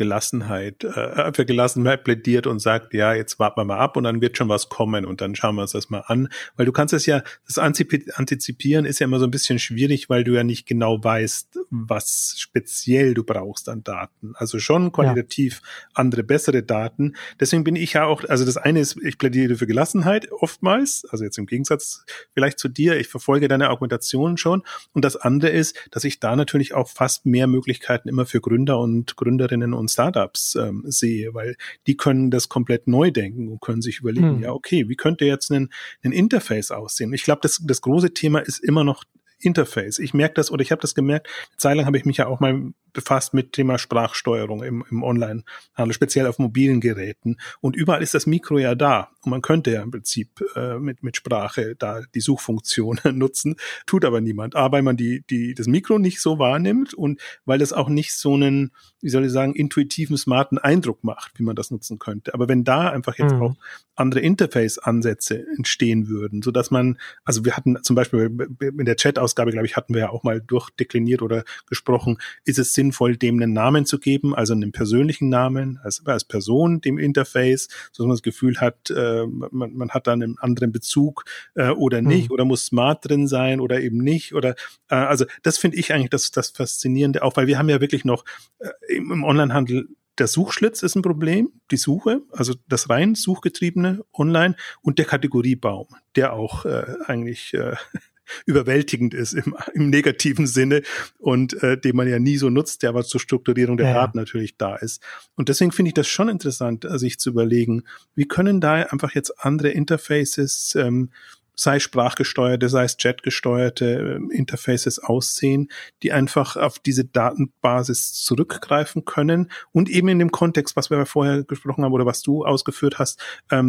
S2: Gelassenheit plädiert und sagt, ja, jetzt warten wir mal ab und dann wird schon was kommen und dann schauen wir uns das mal an. Weil du kannst das Antizipieren ist ja immer so ein bisschen schwierig, weil du ja nicht genau weißt, was speziell du brauchst an Daten. Also schon qualitativ andere, bessere Daten. Deswegen bin ich ja auch, also das eine ist, ich plädiere für Gelassenheit oftmals, also jetzt im Gegensatz vielleicht zu dir, ich verfolge deine Argumentation schon. Und das andere ist, dass ich da natürlich auch fast mehr Möglichkeiten immer für Gründer und Gründerinnen und Startups sehe, weil die können das komplett neu denken und können sich überlegen, ja, okay, wie könnte jetzt ein Interface aussehen? Ich glaube, das große Thema ist immer noch Interface. Ich merke das, oder ich habe das gemerkt, eine Zeit lang habe ich mich ja auch mal befasst mit Thema Sprachsteuerung im Online-Handel, speziell auf mobilen Geräten. Und überall ist das Mikro ja da. Und man könnte ja im Prinzip mit Sprache da die Suchfunktion nutzen, tut aber niemand. A, weil man das Mikro nicht so wahrnimmt und weil das auch nicht so einen, wie soll ich sagen, intuitiven, smarten Eindruck macht, wie man das nutzen könnte. Aber wenn da einfach jetzt auch andere Interface-Ansätze entstehen würden, sodass man, also wir hatten zum Beispiel in der Chat-Ausgabe, glaube ich, hatten wir ja auch mal durchdekliniert oder gesprochen, ist es sinnvoll, dem einen Namen zu geben, also einen persönlichen Namen, als Person dem Interface, so dass man das Gefühl hat, man hat dann einen anderen Bezug oder nicht, oder muss smart drin sein oder eben nicht, oder also das finde ich eigentlich das Faszinierende auch, weil wir haben ja wirklich noch im Onlinehandel, der Suchschlitz ist ein Problem, die Suche, also das rein suchgetriebene Online und der Kategoriebaum, der auch eigentlich überwältigend ist im negativen Sinne und den man ja nie so nutzt, der aber zur Strukturierung der Daten natürlich da ist. Und deswegen finde ich das schon interessant, sich zu überlegen, wie können da einfach jetzt andere Interfaces, sei sprachgesteuerte, sei es chatgesteuerte Interfaces aussehen, die einfach auf diese Datenbasis zurückgreifen können und eben in dem Kontext, was wir vorher gesprochen haben oder was du ausgeführt hast,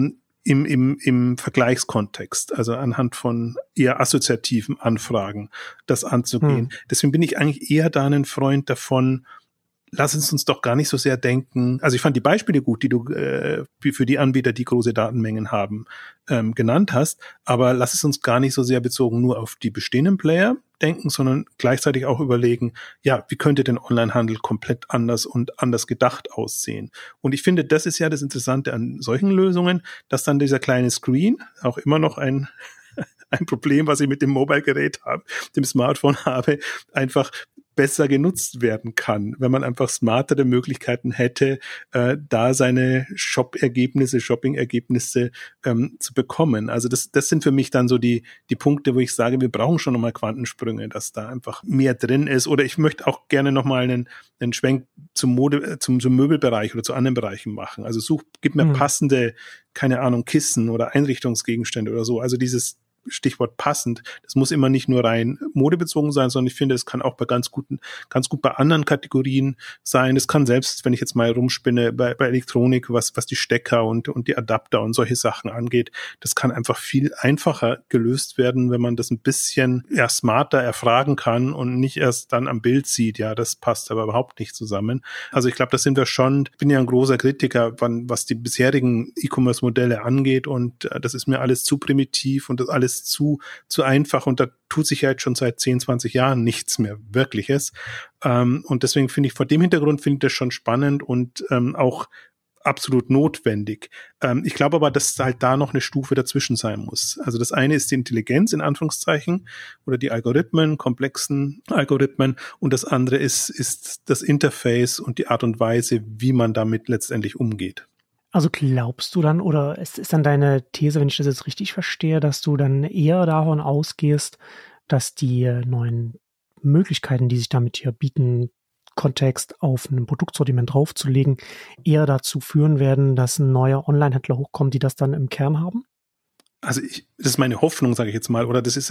S2: im Vergleichskontext, also anhand von eher assoziativen Anfragen, das anzugehen. Deswegen bin ich eigentlich eher da ein Freund davon, lass uns doch gar nicht so sehr denken, also ich fand die Beispiele gut, die du für die Anbieter, die große Datenmengen haben, genannt hast, aber lass es uns gar nicht so sehr bezogen nur auf die bestehenden Player denken, sondern gleichzeitig auch überlegen, ja, wie könnte denn Onlinehandel komplett anders und anders gedacht aussehen? Und ich finde, das ist ja das Interessante an solchen Lösungen, dass dann dieser kleine Screen, auch immer noch ein Problem, was ich mit dem Mobile-Gerät habe, dem Smartphone habe, einfach besser genutzt werden kann, wenn man einfach smartere Möglichkeiten hätte, da seine Shopping-Ergebnisse zu bekommen. Also das sind für mich dann so die Punkte, wo ich sage, wir brauchen schon nochmal Quantensprünge, dass da einfach mehr drin ist. Oder ich möchte auch gerne nochmal einen Schwenk zum Möbelbereich oder zu anderen Bereichen machen. Also gib mir passende, keine Ahnung, Kissen oder Einrichtungsgegenstände oder so. Also dieses Stichwort passend, das muss immer nicht nur rein modebezogen sein, sondern ich finde, es kann auch ganz gut bei anderen Kategorien sein. Es kann selbst, wenn ich jetzt mal rumspinne, bei Elektronik, was die Stecker und die Adapter und solche Sachen angeht, das kann einfach viel einfacher gelöst werden, wenn man das ein bisschen smarter erfragen kann und nicht erst dann am Bild sieht, ja, das passt aber überhaupt nicht zusammen. Also ich glaube, das sind wir schon, ich bin ja ein großer Kritiker, was die bisherigen E-Commerce-Modelle angeht und das ist mir alles zu primitiv und das alles zu einfach und da tut sich ja jetzt schon seit 10, 20 Jahren nichts mehr Wirkliches. Und deswegen finde ich, vor dem Hintergrund finde ich das schon spannend und auch absolut notwendig. Ich glaube aber, dass halt da noch eine Stufe dazwischen sein muss. Also das eine ist die Intelligenz in Anführungszeichen oder die Algorithmen, komplexen Algorithmen, und das andere ist das Interface und die Art und Weise, wie man damit letztendlich umgeht.
S1: Also glaubst du dann, oder ist dann deine These, wenn ich das jetzt richtig verstehe, dass du dann eher davon ausgehst, dass die neuen Möglichkeiten, die sich damit hier bieten, Kontext auf ein Produktsortiment draufzulegen, eher dazu führen werden, dass neue Online-Händler hochkommen, die das dann im Kern haben?
S2: Also das ist meine Hoffnung, sage ich jetzt mal, oder das ist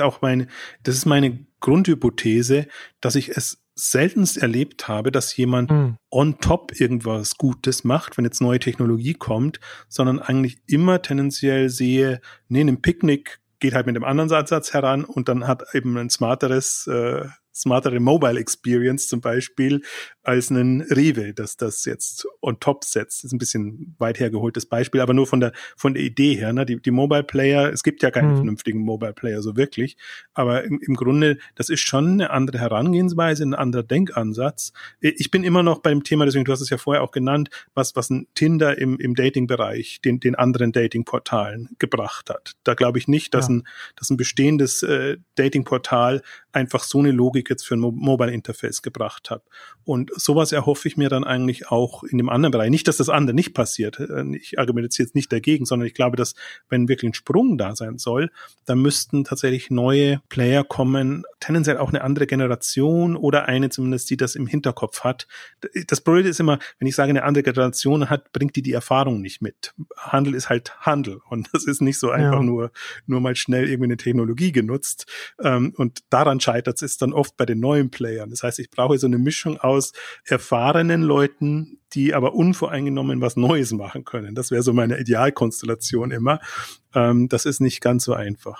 S2: meine Grundhypothese, dass ich es seltenst erlebt habe, dass jemand on top irgendwas Gutes macht, wenn jetzt neue Technologie kommt, sondern eigentlich immer tendenziell sehe, nee, ein Picknick geht halt mit dem anderen Ansatz heran und dann hat eben ein smartere Mobile Experience zum Beispiel als einen Rewe, das jetzt on top setzt. Das ist ein bisschen weit hergeholtes Beispiel, aber nur von der Idee her. Ne? Die Mobile Player, es gibt ja keinen vernünftigen Mobile Player so wirklich, aber im Grunde, das ist schon eine andere Herangehensweise, ein anderer Denkansatz. Ich bin immer noch beim Thema, deswegen, du hast es ja vorher auch genannt, was ein Tinder im Dating-Bereich den anderen Dating-Portalen gebracht hat. Da glaube ich nicht, dass ein bestehendes Dating-Portal einfach so eine Logik jetzt für ein Mobile Interface gebracht hat. Und sowas erhoffe ich mir dann eigentlich auch in dem anderen Bereich. Nicht, dass das andere nicht passiert. Ich argumentiere jetzt nicht dagegen, sondern ich glaube, dass wenn wirklich ein Sprung da sein soll, dann müssten tatsächlich neue Player kommen, tendenziell auch eine andere Generation oder eine zumindest, die das im Hinterkopf hat. Das Problem ist immer, wenn ich sage, eine andere Generation hat, bringt die Erfahrung nicht mit. Handel ist halt Handel und das ist nicht so einfach nur mal schnell irgendwie eine Technologie genutzt. Und daran scheitert es dann oft bei den neuen Playern. Das heißt, ich brauche so eine Mischung aus erfahrenen Leuten, die aber unvoreingenommen was Neues machen können. Das wäre so meine Idealkonstellation immer. Das ist nicht ganz so einfach.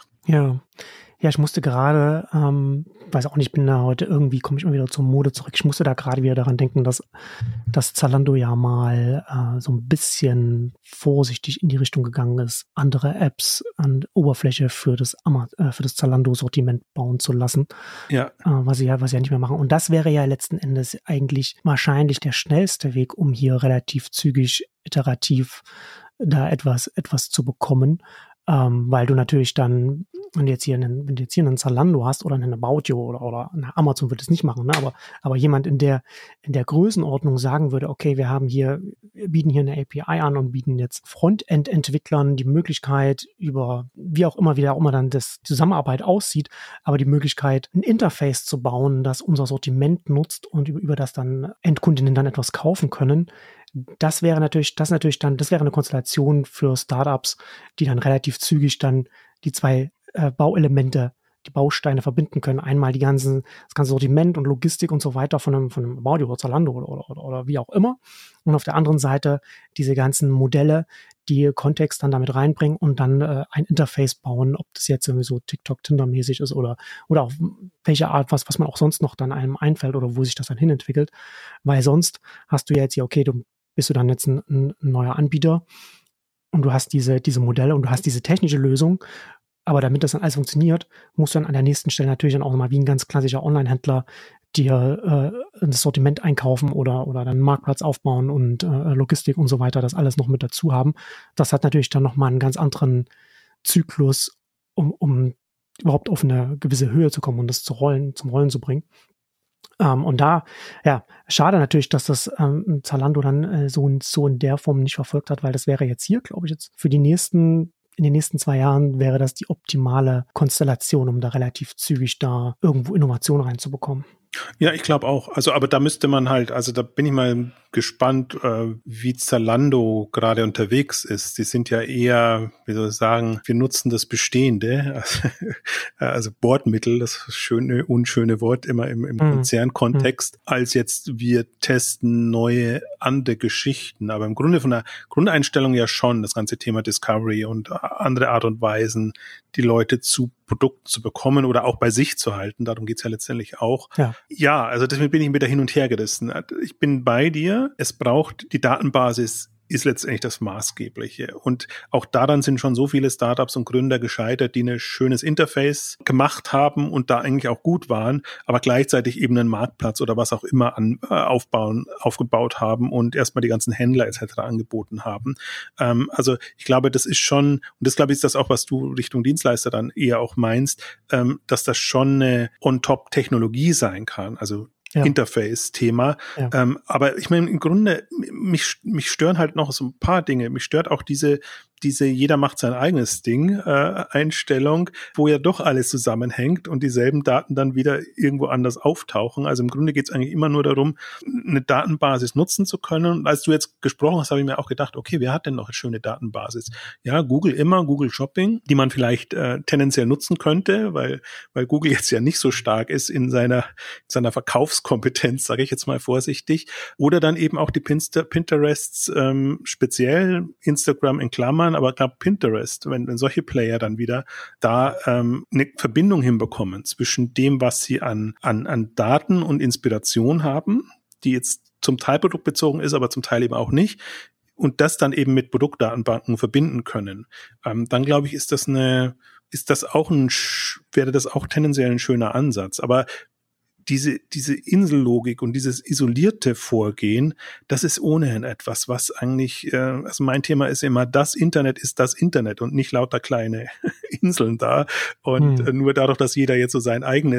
S1: Ja, ich musste gerade, weiß auch nicht, bin da heute irgendwie, komme ich immer wieder zur Mode zurück. Ich musste da gerade wieder daran denken, dass Zalando ja mal so ein bisschen vorsichtig in die Richtung gegangen ist, andere Apps an Oberfläche für das Zalando-Sortiment bauen zu lassen.
S2: Ja.
S1: Was sie ja nicht mehr machen. Und das wäre ja letzten Endes eigentlich wahrscheinlich der schnellste Weg, um hier relativ zügig, iterativ da etwas zu bekommen. Weil du natürlich dann, wenn du jetzt hier einen Zalando hast oder einen About You oder eine Amazon wird es nicht machen, ne? Aber jemand in der Größenordnung sagen würde, okay, wir bieten hier eine API an und bieten jetzt Frontend-Entwicklern die Möglichkeit über, wie auch immer dann das Zusammenarbeit aussieht, aber die Möglichkeit, ein Interface zu bauen, das unser Sortiment nutzt und über das dann Endkundinnen dann etwas kaufen können. Das wäre eine Konstellation für Startups, die dann relativ zügig dann die zwei Bauelemente, die Bausteine verbinden können. Einmal das ganze Sortiment und Logistik und so weiter von einem About You oder Zalando oder wie auch immer. Und auf der anderen Seite diese ganzen Modelle, die Kontext dann damit reinbringen und dann ein Interface bauen, ob das jetzt irgendwie so TikTok, Tinder-mäßig ist oder auch welche Art, was man auch sonst noch dann einem einfällt oder wo sich das dann hinentwickelt. Weil sonst hast du ja jetzt hier, okay, bist du dann jetzt ein neuer Anbieter und du hast diese Modelle und du hast diese technische Lösung, aber damit das dann alles funktioniert, musst du dann an der nächsten Stelle natürlich dann auch nochmal wie ein ganz klassischer Online-Händler dir das Sortiment einkaufen oder dann einen Marktplatz aufbauen und Logistik und so weiter, das alles noch mit dazu haben. Das hat natürlich dann nochmal einen ganz anderen Zyklus, um überhaupt auf eine gewisse Höhe zu kommen und das zum Rollen zu bringen. Und da, ja, schade natürlich, dass das Zalando dann so in der Form nicht verfolgt hat, weil das wäre jetzt hier, glaube ich, jetzt in den nächsten 2 Jahren wäre das die optimale Konstellation, um da relativ zügig da irgendwo Innovation reinzubekommen.
S2: Ja, ich glaube auch. Also, aber da müsste man halt, also da bin ich mal gespannt, wie Zalando gerade unterwegs ist. Die sind ja eher, wie soll ich sagen, wir nutzen das Bestehende, also Bordmittel, das schöne, unschöne Wort immer im Konzernkontext, als jetzt wir testen neue andere Geschichten. Aber im Grunde von der Grundeinstellung ja schon das ganze Thema Discovery und andere Art und Weisen, die Leute zu Produkten zu bekommen oder auch bei sich zu halten. Darum geht's ja letztendlich auch. Ja, also deswegen bin ich wieder hin und her gerissen. Ich bin bei dir. Es braucht die Datenbasis ist letztendlich das Maßgebliche. Und auch daran sind schon so viele Startups und Gründer gescheitert, die ein schönes Interface gemacht haben und da eigentlich auch gut waren, aber gleichzeitig eben einen Marktplatz oder was auch immer aufgebaut haben und erstmal die ganzen Händler etc. angeboten haben. Also ich glaube, das ist schon, und das glaube ich ist das auch, was du Richtung Dienstleister dann eher auch meinst, dass das schon eine On-Top-Technologie sein kann. Also Interface-Thema. Ja. Aber ich meine, im Grunde, mich stören halt noch so ein paar Dinge. Mich stört auch diese jeder macht sein eigenes Ding Einstellung, wo ja doch alles zusammenhängt und dieselben Daten dann wieder irgendwo anders auftauchen. Also im Grunde geht es eigentlich immer nur darum, eine Datenbasis nutzen zu können. Und als du jetzt gesprochen hast, habe ich mir auch gedacht, okay, wer hat denn noch eine schöne Datenbasis? Ja, Google Shopping, die man vielleicht tendenziell nutzen könnte, weil Google jetzt ja nicht so stark ist in seiner Verkaufskompetenz, sage ich jetzt mal vorsichtig. Oder dann eben auch die Pinterests, speziell Instagram in Klammern, aber ich glaube Pinterest, wenn solche Player dann wieder da eine Verbindung hinbekommen zwischen dem, was sie an Daten und Inspiration haben, die jetzt zum Teil produktbezogen ist, aber zum Teil eben auch nicht, und das dann eben mit Produktdatenbanken verbinden können, dann glaube ich, wäre das auch tendenziell ein schöner Ansatz. Aber diese Insellogik und dieses isolierte Vorgehen, das ist ohnehin etwas, was eigentlich, also mein Thema ist immer, das Internet ist das Internet und nicht lauter kleine Inseln da. Und nur dadurch, dass jeder jetzt so sein eigene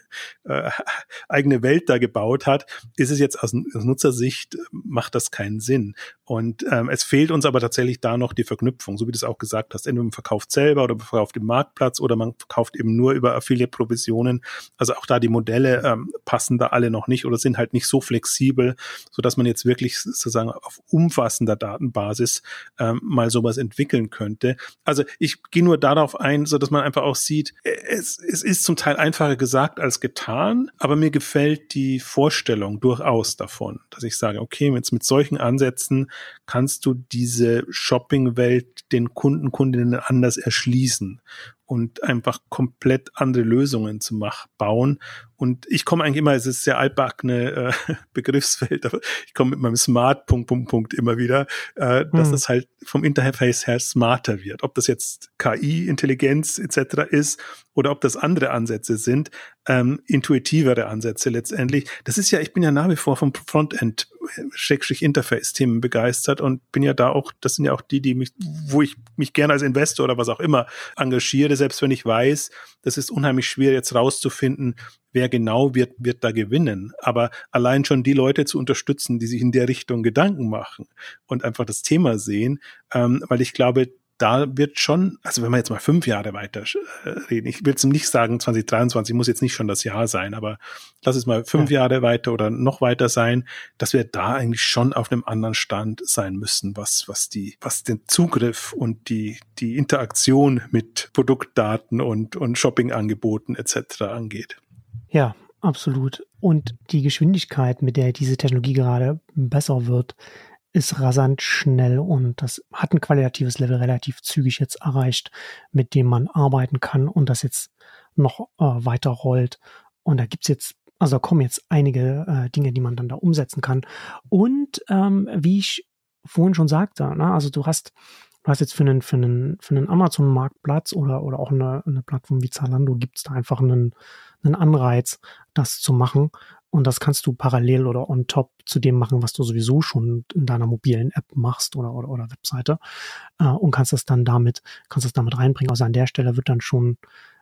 S2: Welt da gebaut hat, ist es jetzt aus Nutzersicht, macht das keinen Sinn. Und es fehlt uns aber tatsächlich da noch die Verknüpfung, so wie du es auch gesagt hast. Entweder man verkauft selber oder man verkauft im Marktplatz oder man verkauft eben nur über Affiliate-Provisionen. Also auch da die Modelle passen da alle noch nicht oder sind halt nicht so flexibel, sodass man jetzt wirklich sozusagen auf umfassender Datenbasis mal sowas entwickeln könnte. Also ich gehe nur darauf ein, so dass man einfach auch sieht, es ist zum Teil einfacher gesagt als getan, aber mir gefällt die Vorstellung durchaus davon, dass ich sage, okay, jetzt mit solchen Ansätzen kannst du diese Shopping-Welt den Kundinnen anders erschließen und einfach komplett andere Lösungen zu bauen. Und ich komme eigentlich immer, es ist sehr altbackene Begriffswelt, aber ich komme mit meinem Smart Punkt immer wieder, dass es halt vom Interface her smarter wird. Ob das jetzt KI, Intelligenz etc. ist oder ob das andere Ansätze sind, intuitivere Ansätze letztendlich. Das ist ja, ich bin ja nach wie vor vom Frontend Interface-Themen begeistert und bin ja da auch, das sind ja auch wo ich mich gerne als Investor oder was auch immer engagiere, selbst wenn ich weiß, das ist unheimlich schwer jetzt rauszufinden, wer genau wird da gewinnen. Aber allein schon die Leute zu unterstützen, die sich in der Richtung Gedanken machen und einfach das Thema sehen, weil ich glaube, da wird schon, also wenn wir jetzt mal 5 Jahre weiter reden, ich will jetzt nicht sagen 2023, muss jetzt nicht schon das Jahr sein, aber lass es mal 5 Jahre weiter oder noch weiter sein, dass wir da eigentlich schon auf einem anderen Stand sein müssen, was den Zugriff und die Interaktion mit Produktdaten und Shoppingangeboten etc. angeht.
S1: Ja, absolut. Und die Geschwindigkeit, mit der diese Technologie gerade besser wird, ist rasant schnell und das hat ein qualitatives Level relativ zügig jetzt erreicht, mit dem man arbeiten kann und das jetzt noch weiter rollt. Und da kommen jetzt einige Dinge, die man dann da umsetzen kann. Und wie ich vorhin schon sagte, ne, also du hast jetzt für einen Amazon-Marktplatz oder auch eine Plattform wie Zalando gibt's da einfach einen Anreiz, das zu machen. Und das kannst du parallel oder on top zu dem machen, was du sowieso schon in deiner mobilen App machst oder Webseite, und kannst das damit reinbringen. Also an der Stelle wird dann schon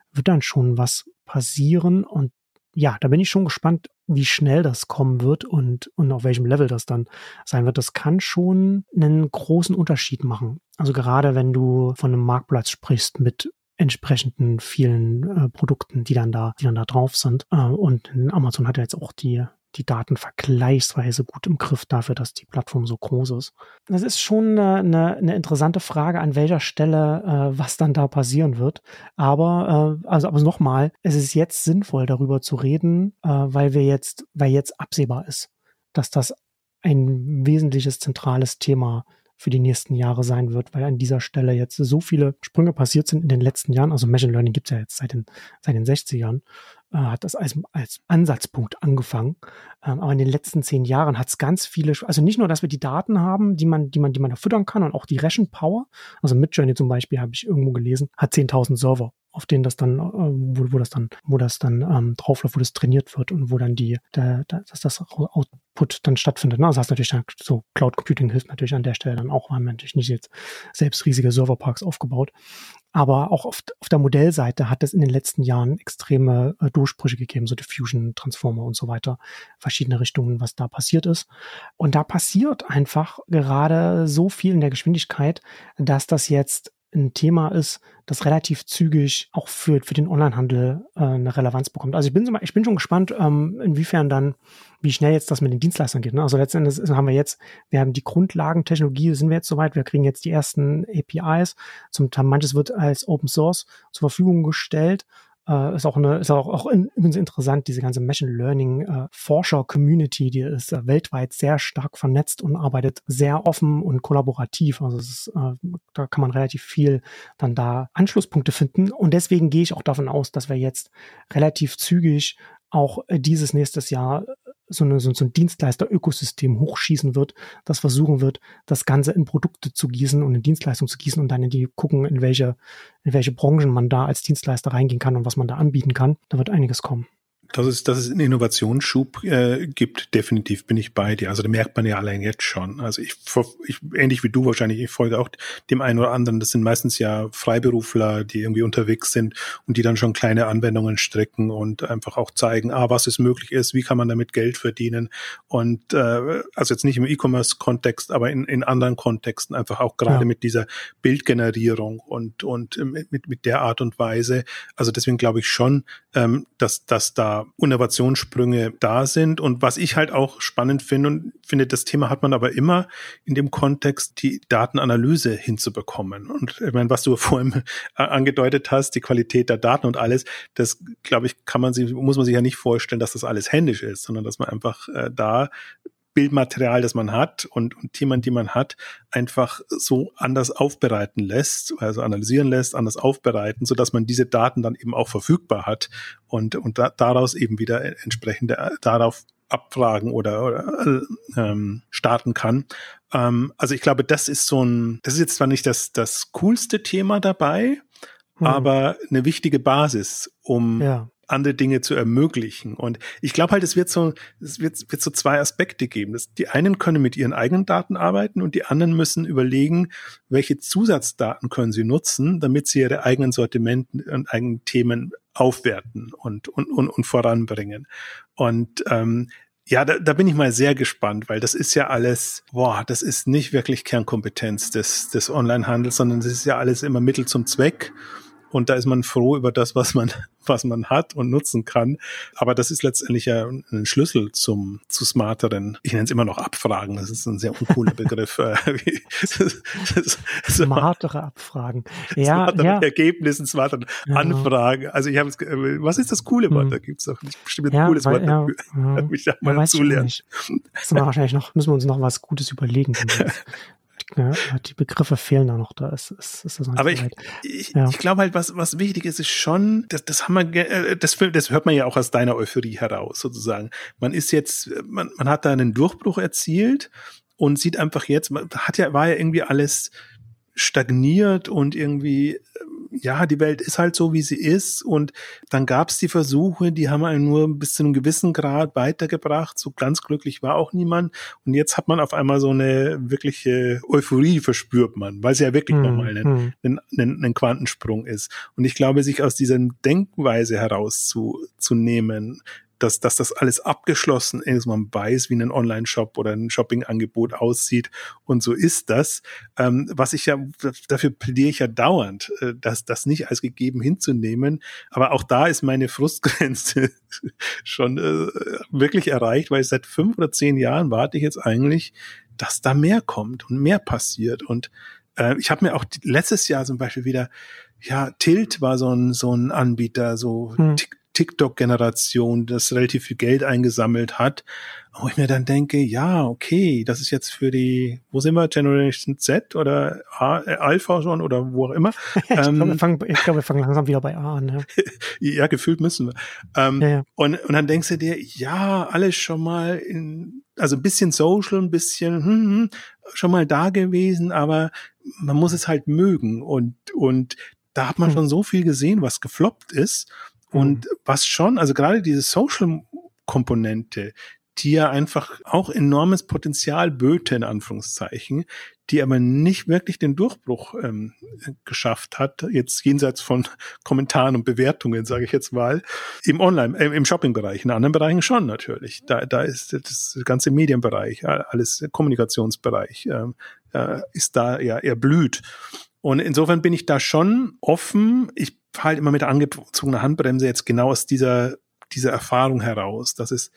S1: was passieren. Und ja, da bin ich schon gespannt, wie schnell das kommen wird und auf welchem Level das dann sein wird. Das kann schon einen großen Unterschied machen. Also gerade wenn du von einem Marktplatz sprichst mit entsprechenden vielen Produkten, die dann da drauf sind. Und Amazon hat ja jetzt auch die Daten vergleichsweise gut im Griff dafür, dass die Plattform so groß ist. Das ist schon eine interessante Frage, an welcher Stelle was dann da passieren wird. Aber nochmal, es ist jetzt sinnvoll, darüber zu reden, weil jetzt absehbar ist, dass das ein wesentliches, zentrales Thema für die nächsten Jahre sein wird, weil an dieser Stelle jetzt so viele Sprünge passiert sind in den letzten Jahren. Also Machine Learning gibt es ja jetzt seit den 60ern. hat das als Ansatzpunkt angefangen. Aber in den letzten 10 Jahren hat es ganz viele, also nicht nur, dass wir die Daten haben, die man da füttern kann und auch die Ration Power. Also Midjourney zum Beispiel, habe ich irgendwo gelesen, hat 10.000 Server, auf denen das dann, wo das dann draufläuft, wo das trainiert wird und wo dann dass das Output dann stattfindet. Also hast natürlich dann so Cloud Computing hilft natürlich an der Stelle dann auch, weil man natürlich nicht jetzt selbst riesige Serverparks aufgebaut. Aber auch auf der Modellseite hat es in den letzten Jahren extreme Durchbrüche gegeben, so Diffusion, Transformer und so weiter, verschiedene Richtungen, was da passiert ist. Und da passiert einfach gerade so viel in der Geschwindigkeit, dass das jetzt ein Thema ist, das relativ zügig auch für den Onlinehandel eine Relevanz bekommt. Also ich bin schon gespannt, inwiefern dann, wie schnell jetzt das mit den Dienstleistern geht. Ne? Also letztendlich wir haben die Grundlagentechnologie, sind wir jetzt soweit, wir kriegen jetzt die ersten APIs, manches wird als Open Source zur Verfügung gestellt. Ist auch übrigens interessant, diese ganze Machine Learning Forscher-Community, die ist weltweit sehr stark vernetzt und arbeitet sehr offen und kollaborativ. Also da kann man relativ viel dann da Anschlusspunkte finden. Und deswegen gehe ich auch davon aus, dass wir jetzt relativ zügig auch dieses nächstes Jahr so ein Dienstleister-Ökosystem hochschießen wird, das versuchen wird, das Ganze in Produkte zu gießen und in Dienstleistungen zu gießen und dann gucken, in welche Branchen man da als Dienstleister reingehen kann und was man da anbieten kann. Da wird einiges kommen.
S2: Dass es einen Innovationsschub gibt, definitiv bin ich bei dir. Also da merkt man ja allein jetzt schon. Also ich ähnlich wie du wahrscheinlich, ich folge auch dem einen oder anderen. Das sind meistens ja Freiberufler, die irgendwie unterwegs sind und die dann schon kleine Anwendungen stricken und einfach auch zeigen, was es möglich ist, wie kann man damit Geld verdienen. Und also jetzt nicht im E-Commerce-Kontext, aber in anderen Kontexten einfach auch gerade mit dieser Bildgenerierung und mit der Art und Weise. Also deswegen glaube ich schon, dass da Innovationssprünge da sind. Und was ich halt auch spannend finde, das Thema hat man aber immer in dem Kontext, die Datenanalyse hinzubekommen. Und ich meine, was du vorhin angedeutet hast, die Qualität der Daten und alles, das, glaube ich, muss man sich ja nicht vorstellen, dass das alles händisch ist, sondern dass man einfach da Bildmaterial, das man hat und Themen, die man hat, einfach so anders aufbereiten lässt, also analysieren lässt, anders aufbereiten, sodass man diese Daten dann eben auch verfügbar hat und daraus eben wieder entsprechende darauf abfragen oder starten kann. Also ich glaube, das ist jetzt zwar nicht das coolste Thema dabei, aber eine wichtige Basis, um andere Dinge zu ermöglichen. Und ich glaube halt, es wird so 2 Aspekte geben. Die einen können mit ihren eigenen Daten arbeiten und die anderen müssen überlegen, welche Zusatzdaten können sie nutzen, damit sie ihre eigenen Sortimente und eigenen Themen aufwerten und voranbringen. Und da bin ich mal sehr gespannt, weil das ist ja alles, das ist nicht wirklich Kernkompetenz des Onlinehandels, sondern das ist ja alles immer Mittel zum Zweck. Und da ist man froh über das, was man hat und nutzen kann. Aber das ist letztendlich ja ein Schlüssel zu smarteren, ich nenne es immer noch Abfragen, das ist ein sehr uncooler Begriff.
S1: Smartere Abfragen. Smartere
S2: Ergebnissen, smartere Anfragen. Also was ist das coole Wort? Da gibt es doch bestimmt ein cooles Wort dafür. Mich da mal zulernen.
S1: Müssen wir uns noch was Gutes überlegen. Ja, die Begriffe fehlen da noch, da ist das noch
S2: aber ich glaube halt, was wichtig ist schon, das hört man ja auch aus deiner Euphorie heraus, sozusagen. Man hat da einen Durchbruch erzielt und sieht einfach jetzt, war ja irgendwie alles stagniert und irgendwie, die Welt ist halt so, wie sie ist und dann gab es die Versuche, die haben einen nur bis zu einem gewissen Grad weitergebracht, so ganz glücklich war auch niemand und jetzt hat man auf einmal so eine wirkliche Euphorie, verspürt man, weil es ja wirklich nochmal ein Quantensprung ist und ich glaube, sich aus dieser Denkweise herauszunehmen, dass das alles abgeschlossen ist, man weiß, wie ein Online-Shop oder ein Shopping-Angebot aussieht und so ist das. Dafür plädiere ich ja dauernd, das nicht als gegeben hinzunehmen, aber auch da ist meine Frustgrenze schon wirklich erreicht, weil seit 5 oder 10 Jahren warte ich jetzt eigentlich, dass da mehr kommt und mehr passiert und ich habe mir auch letztes Jahr zum Beispiel wieder, Tilt war so ein Anbieter, so TikTok-Generation, das relativ viel Geld eingesammelt hat, wo ich mir dann denke, ja, okay, das ist jetzt für die, wo sind wir, Generation Z oder Alpha schon oder wo auch immer.
S1: Ich glaube, wir fangen langsam wieder bei A an. Ja,
S2: ja, gefühlt müssen wir.
S1: ja.
S2: Und dann denkst du dir, ja, alles schon mal also ein bisschen Social, ein bisschen schon mal da gewesen, aber man muss es halt mögen und da hat man schon so viel gesehen, was gefloppt ist und was schon, also gerade diese Social-Komponente, die ja einfach auch enormes Potenzial böte, in Anführungszeichen, die aber nicht wirklich den Durchbruch geschafft hat, jetzt jenseits von Kommentaren und Bewertungen, sage ich jetzt mal, im im Shopping-Bereich, in anderen Bereichen schon natürlich. Da ist das ganze Medienbereich, alles Kommunikationsbereich, ist da ja eher blüht. Und insofern bin ich da schon offen. Ich fahre halt immer mit der angezogener Handbremse jetzt genau aus dieser Erfahrung heraus, dass es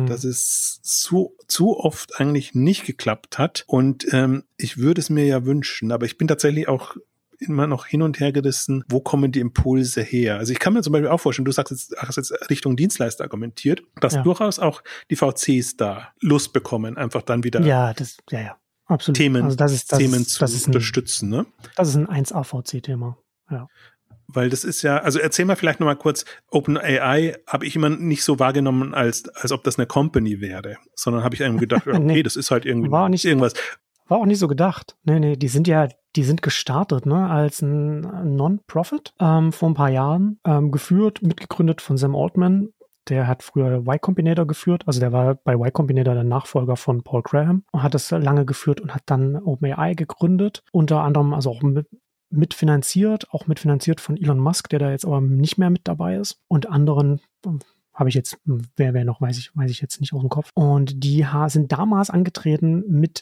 S2: zu oft eigentlich nicht geklappt hat. Und ich würde es mir ja wünschen, aber ich bin tatsächlich auch immer noch hin und her gerissen, wo kommen die Impulse her? Also ich kann mir zum Beispiel auch vorstellen, hast jetzt Richtung Dienstleister argumentiert, dass durchaus auch die VCs da Lust bekommen, einfach dann wieder
S1: absolut.
S2: Themen
S1: Also das ist
S2: unterstützen. Ne?
S1: Das ist ein 1A-VC-Thema, ja.
S2: Weil das ist ja, also erzähl mal vielleicht nochmal kurz, OpenAI habe ich immer nicht so wahrgenommen, als ob das eine Company wäre, sondern habe ich einem gedacht, okay,
S1: nee,
S2: das ist halt irgendwie
S1: irgendwas. War auch nicht so gedacht. Nee, die sind gestartet, ne, als ein Non-Profit vor ein paar Jahren, mitgegründet von Sam Altman. Der hat früher Y Combinator geführt, also der war bei Y Combinator der Nachfolger von Paul Graham und hat das lange geführt und hat dann OpenAI gegründet, unter anderem also auch mitfinanziert von Elon Musk, der da jetzt aber nicht mehr mit dabei ist und anderen habe ich jetzt, wer noch, weiß ich jetzt nicht aus dem Kopf. Und die sind damals angetreten mit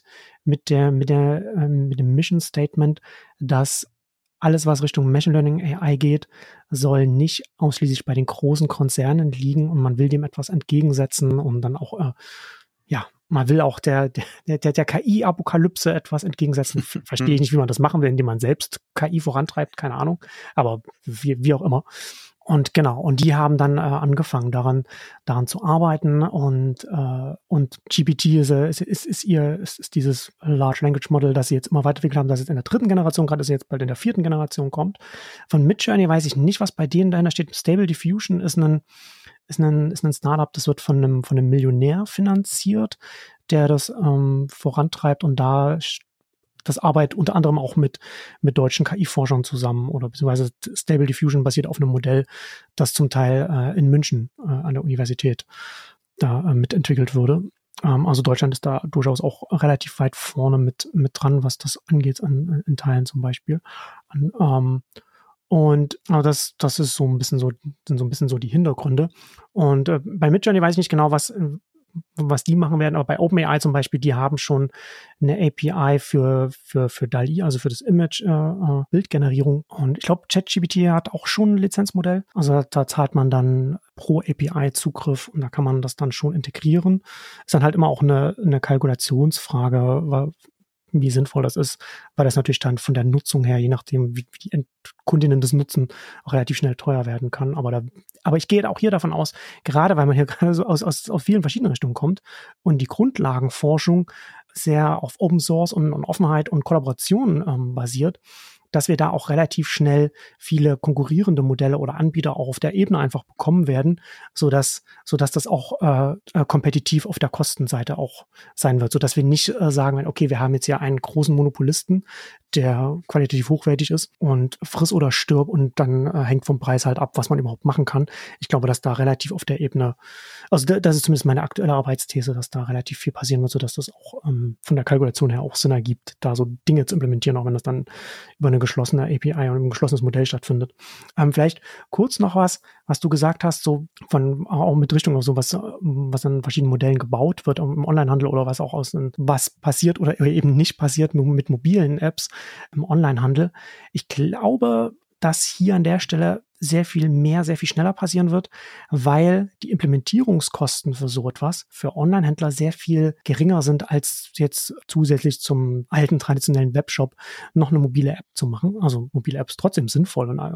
S1: dem Mission Statement, dass alles, was Richtung Machine Learning AI geht, soll nicht ausschließlich bei den großen Konzernen liegen und man will dem etwas entgegensetzen und dann auch, man will auch der KI-Apokalypse etwas entgegensetzen. Verstehe ich nicht, wie man das machen will, indem man selbst KI vorantreibt, keine Ahnung, aber wie auch immer. Und genau, und die haben dann angefangen, daran zu arbeiten und GPT ist dieses Large Language Model, das sie jetzt immer weiterentwickelt haben, das jetzt in der 3. Generation, gerade ist jetzt bald in der 4. Generation kommt. Von Midjourney weiß ich nicht, was bei denen dahinter steht. Stable Diffusion ist ein Startup, das wird von einem Millionär finanziert, der das vorantreibt und das arbeitet unter anderem auch mit deutschen KI-Forschern zusammen oder beziehungsweise Stable Diffusion basiert auf einem Modell, das zum Teil in München an der Universität da mitentwickelt wurde. Also Deutschland ist da durchaus auch relativ weit vorne mit dran, was das angeht, in Teilen zum Beispiel. Und aber das ist so ein bisschen so die Hintergründe. Und bei Midjourney weiß ich nicht genau, was die machen werden, aber bei OpenAI zum Beispiel, die haben schon eine API für DALL-E, also für das Image-Bildgenerierung. Und ich glaube, ChatGPT hat auch schon ein Lizenzmodell. Also da zahlt man dann pro API Zugriff und da kann man das dann schon integrieren. Ist dann halt immer auch eine Kalkulationsfrage, wie sinnvoll das ist, weil das natürlich dann von der Nutzung her, je nachdem, wie die Kundinnen das nutzen, auch relativ schnell teuer werden kann. Aber ich gehe auch hier davon aus, gerade weil man hier gerade so aus vielen verschiedenen Richtungen kommt und die Grundlagenforschung sehr auf Open Source und Offenheit und Kollaboration basiert, dass wir da auch relativ schnell viele konkurrierende Modelle oder Anbieter auch auf der Ebene einfach bekommen werden, sodass das auch kompetitiv auf der Kostenseite auch sein wird, sodass wir nicht sagen werden, okay, wir haben jetzt hier einen großen Monopolisten, der qualitativ hochwertig ist und friss oder stirb und dann hängt vom Preis halt ab, was man überhaupt machen kann. Ich glaube, dass da relativ auf der Ebene, also das ist zumindest meine aktuelle Arbeitsthese, dass da relativ viel passieren wird, sodass das auch von der Kalkulation her auch Sinn ergibt, da so Dinge zu implementieren, auch wenn das dann über eine geschlossene API und ein geschlossenes Modell stattfindet. Vielleicht kurz noch was du gesagt hast, so auch mit Richtung auf so was an verschiedenen Modellen gebaut wird im Onlinehandel oder was auch was passiert oder eben nicht passiert mit mobilen Apps im Onlinehandel. Ich glaube, dass hier an der Stelle sehr viel schneller passieren wird, weil die Implementierungskosten für so etwas für Online-Händler sehr viel geringer sind, als jetzt zusätzlich zum alten traditionellen Webshop noch eine mobile App zu machen. Also mobile Apps trotzdem sinnvoll und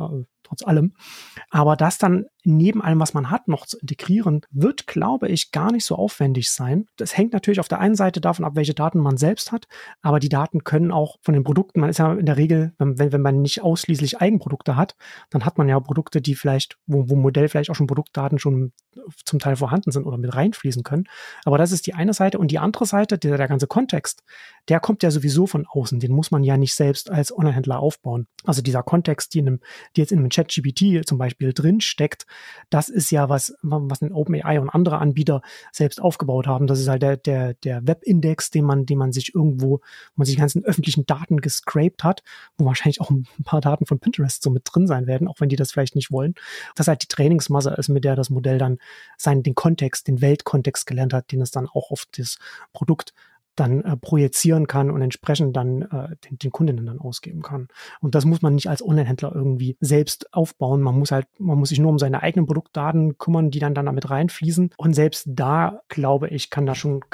S1: trotz allem. Aber das dann neben allem, was man hat, noch zu integrieren, wird, glaube ich, gar nicht so aufwendig sein. Das hängt natürlich auf der einen Seite davon ab, welche Daten man selbst hat, aber die Daten können auch von den Produkten, man ist ja in der Regel, wenn man nicht ausschließlich Eigenprodukte hat, dann hat man ja Produkte, die vielleicht, wo Modell vielleicht auch schon Produktdaten schon zum Teil vorhanden sind oder mit reinfließen können. Aber das ist die eine Seite. Und die andere Seite, der ganze Kontext, der kommt ja sowieso von außen. Den muss man ja nicht selbst als Online-Händler aufbauen. Also dieser Kontext, die jetzt in einem ChatGPT zum Beispiel drin steckt, das ist ja was ein OpenAI und andere Anbieter selbst aufgebaut haben. Das ist halt der Webindex, den man sich irgendwo, wo man sich die ganzen öffentlichen Daten gescraped hat, wo wahrscheinlich auch ein paar Daten von Pinterest so mit drin sein werden, auch wenn die das vielleicht nicht wollen. Das halt die Trainingsmasse ist, mit der das Modell dann den Weltkontext gelernt hat, den es dann auch auf das Produkt dann projizieren kann und entsprechend dann den Kundinnen dann ausgeben kann. Und das muss man nicht als Online-Händler irgendwie selbst aufbauen. Man muss sich nur um seine eigenen Produktdaten kümmern, die dann damit reinfließen. Und selbst da, glaube ich, kann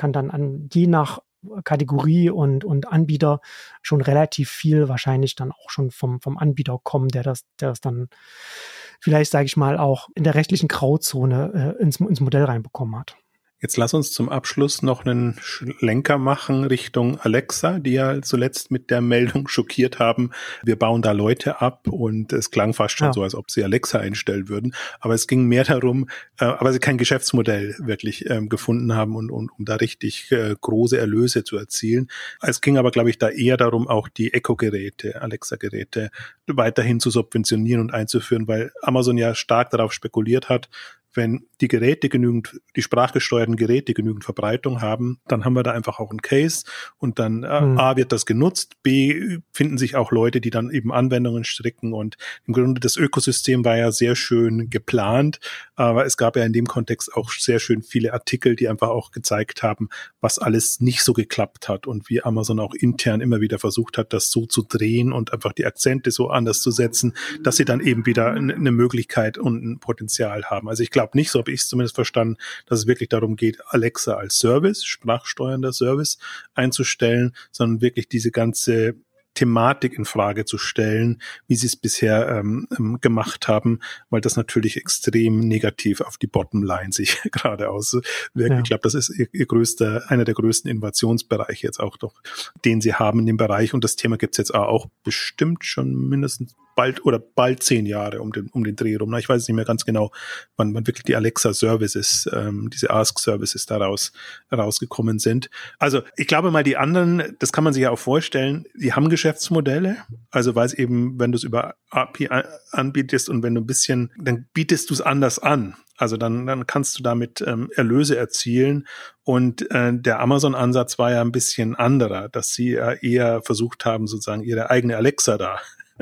S1: dann je nach Kategorie und Anbieter schon relativ viel wahrscheinlich dann auch schon vom Anbieter kommen, der das dann vielleicht, sage ich mal, auch in der rechtlichen Grauzone ins Modell reinbekommen hat.
S2: Jetzt lass uns zum Abschluss noch einen Schlenker machen Richtung Alexa, die ja zuletzt mit der Meldung schockiert haben, wir bauen da Leute ab, und es klang fast schon so, als ob sie Alexa einstellen würden. Aber es ging mehr darum, aber sie kein Geschäftsmodell wirklich gefunden haben und um da richtig große Erlöse zu erzielen. Es ging aber, glaube ich, da eher darum, auch die Echo-Geräte, Alexa-Geräte weiterhin zu subventionieren und einzuführen, weil Amazon ja stark darauf spekuliert hat, wenn die sprachgesteuerten Geräte genügend Verbreitung haben, dann haben wir da einfach auch einen Case, und dann A, wird das genutzt, B, finden sich auch Leute, die dann eben Anwendungen stricken, und im Grunde das Ökosystem war ja sehr schön geplant, aber es gab ja in dem Kontext auch sehr schön viele Artikel, die einfach auch gezeigt haben, was alles nicht so geklappt hat und wie Amazon auch intern immer wieder versucht hat, das so zu drehen und einfach die Akzente so anders zu setzen, dass sie dann eben wieder eine Möglichkeit und ein Potenzial haben. Also ich glaube nicht, so habe ich es zumindest verstanden, dass es wirklich darum geht, Alexa als Service, sprachsteuernder Service einzustellen, sondern wirklich diese ganze Thematik in Frage zu stellen, wie sie es bisher gemacht haben, weil das natürlich extrem negativ auf die Bottomline sich gerade auswirkt. Ja. Ich glaube, das ist einer der größten Innovationsbereiche jetzt auch doch, den sie haben in dem Bereich. Und das Thema gibt es jetzt auch bestimmt schon mindestens bald 10 Jahre um den Dreh rum. Ich weiß nicht mehr ganz genau, wann wirklich die Alexa-Services, diese Ask-Services daraus rausgekommen sind. Also ich glaube mal, die anderen, das kann man sich ja auch vorstellen, die haben Geschäftsmodelle, also weil es eben, wenn du es über API anbietest und wenn du dann bietest du es anders an. Also dann kannst du damit Erlöse erzielen, und der Amazon-Ansatz war ja ein bisschen anderer, dass sie ja eher versucht haben, sozusagen ihre eigene Alexa da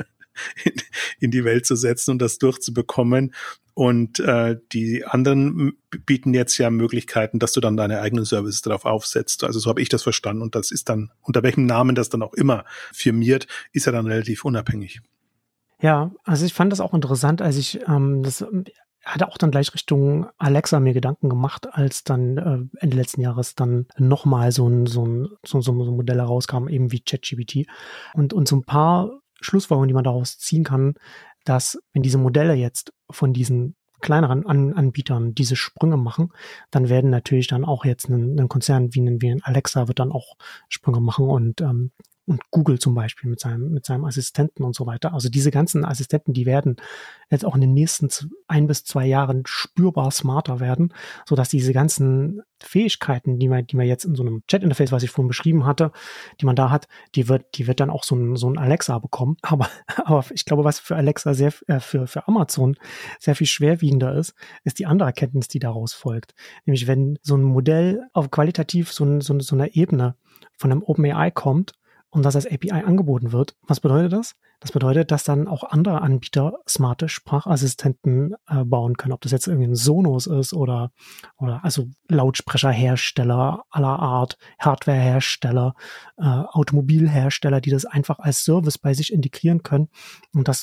S2: in die Welt zu setzen und das durchzubekommen. Und die anderen bieten jetzt ja Möglichkeiten, dass du dann deine eigenen Services darauf aufsetzt. Also so habe ich das verstanden. Und das ist dann, unter welchem Namen das dann auch immer firmiert, ist ja dann relativ unabhängig.
S1: Ja, also ich fand das auch interessant, als ich hatte auch dann gleich Richtung Alexa mir Gedanken gemacht, als dann Ende letzten Jahres dann nochmal so ein Modell herauskam, eben wie ChatGPT. Und so ein paar Schlussfolgerungen, die man daraus ziehen kann, dass wenn diese Modelle jetzt von diesen kleineren Anbietern diese Sprünge machen, dann werden natürlich dann auch jetzt ein Konzern wie ein Alexa wird dann auch Sprünge machen, und Google zum Beispiel mit seinem Assistenten und so weiter. Also diese ganzen Assistenten, die werden jetzt auch in den nächsten 1 bis 2 Jahren spürbar smarter werden, sodass diese ganzen Fähigkeiten, die man jetzt in so einem Chat-Interface, was ich vorhin beschrieben hatte, die man da hat, die wird dann auch so ein Alexa bekommen. Aber ich glaube, was für Alexa für Amazon sehr viel schwerwiegender ist die andere Erkenntnis, die daraus folgt. Nämlich, wenn so ein Modell auf qualitativ so einer Ebene von einem OpenAI kommt, und dass als API angeboten wird. Was bedeutet das? Das bedeutet, dass dann auch andere Anbieter smarte Sprachassistenten bauen können. Ob das jetzt irgendwie ein Sonos ist oder also Lautsprecherhersteller aller Art, Hardwarehersteller, Automobilhersteller, die das einfach als Service bei sich integrieren können. Und das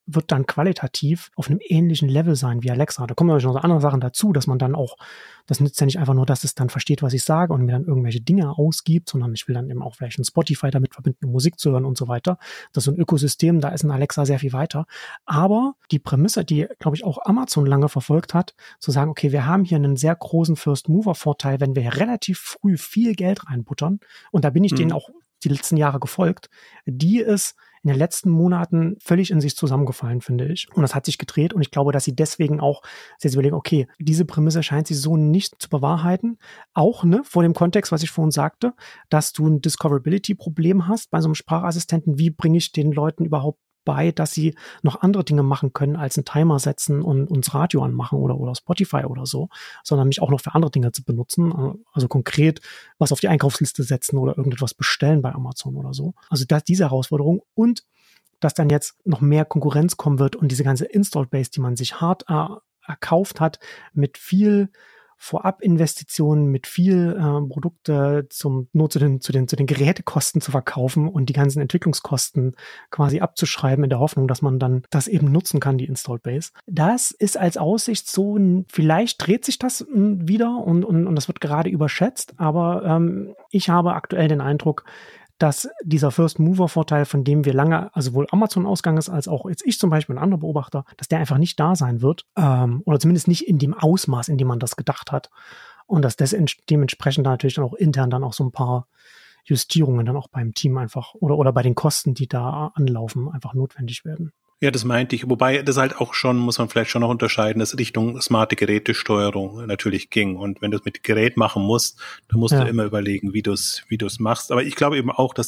S1: wird dann qualitativ auf einem ähnlichen Level sein wie Alexa. Da kommen natürlich noch so andere Sachen dazu, dass man dann auch, das nützt ja nicht einfach nur, dass es dann versteht, was ich sage und mir dann irgendwelche Dinge ausgibt, sondern ich will dann eben auch vielleicht ein Spotify damit verbinden, um Musik zu hören und so weiter. Das ist so ein Ökosystem, da ist ein Alexa sehr viel weiter. Aber die Prämisse, die, glaube ich, auch Amazon lange verfolgt hat, zu sagen, okay, wir haben hier einen sehr großen First-Mover-Vorteil, wenn wir hier relativ früh viel Geld reinbuttern, und da bin ich denen auch die letzten Jahre gefolgt, die ist in den letzten Monaten völlig in sich zusammengefallen, finde ich. Und das hat sich gedreht und ich glaube, dass sie deswegen auch sich überlegen, okay, diese Prämisse scheint sich so nicht zu bewahrheiten. Auch vor dem Kontext, was ich vorhin sagte, dass du ein Discoverability-Problem hast bei so einem Sprachassistenten. Wie bringe ich den Leuten überhaupt bei, dass sie noch andere Dinge machen können, als einen Timer setzen und uns Radio anmachen oder Spotify oder so, sondern mich auch noch für andere Dinge zu benutzen. Also konkret was auf die Einkaufsliste setzen oder irgendetwas bestellen bei Amazon oder so. Also diese Herausforderung und dass dann jetzt noch mehr Konkurrenz kommen wird und diese ganze Install-Base, die man sich hart erkauft hat, mit viel Vorabinvestitionen, mit viel Produkte nur zu den Gerätekosten zu verkaufen und die ganzen Entwicklungskosten quasi abzuschreiben in der Hoffnung, dass man dann das eben nutzen kann, die Installed Base. Das ist als Aussicht so, vielleicht dreht sich das wieder und das wird gerade überschätzt, aber ich habe aktuell den Eindruck, dass dieser First-Mover-Vorteil, von dem wir lange, also sowohl Amazon ausgegangen ist, als auch jetzt ich zum Beispiel, ein anderer Beobachter, dass der einfach nicht da sein wird, oder zumindest nicht in dem Ausmaß, in dem man das gedacht hat. Und dass das dementsprechend natürlich dann auch intern dann auch so ein paar Justierungen dann auch beim Team einfach oder bei den Kosten, die da anlaufen, einfach notwendig werden.
S2: Ja, das meinte ich. Wobei das halt auch schon, muss man vielleicht schon noch unterscheiden, dass Richtung smarte Gerätesteuerung natürlich ging. Und wenn du es mit Gerät machen musst, dann musst du immer überlegen, wie du es machst. Aber ich glaube eben auch, dass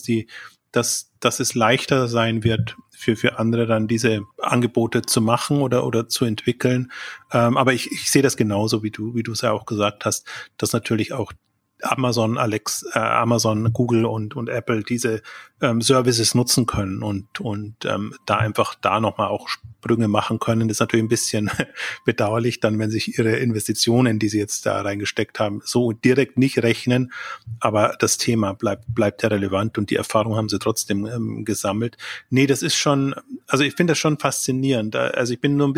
S2: es leichter sein wird für andere dann diese Angebote zu machen oder zu entwickeln. Aber ich sehe das genauso, wie du es ja auch gesagt hast, dass natürlich auch Amazon, Google und Apple diese Services nutzen können und da einfach nochmal auch Sprünge machen können. Das ist natürlich ein bisschen bedauerlich dann, wenn sich ihre Investitionen, die sie jetzt da reingesteckt haben, so direkt nicht rechnen. Aber das Thema bleibt ja relevant und die Erfahrung haben sie trotzdem gesammelt. Nee, das ist schon, also ich finde das schon faszinierend. Also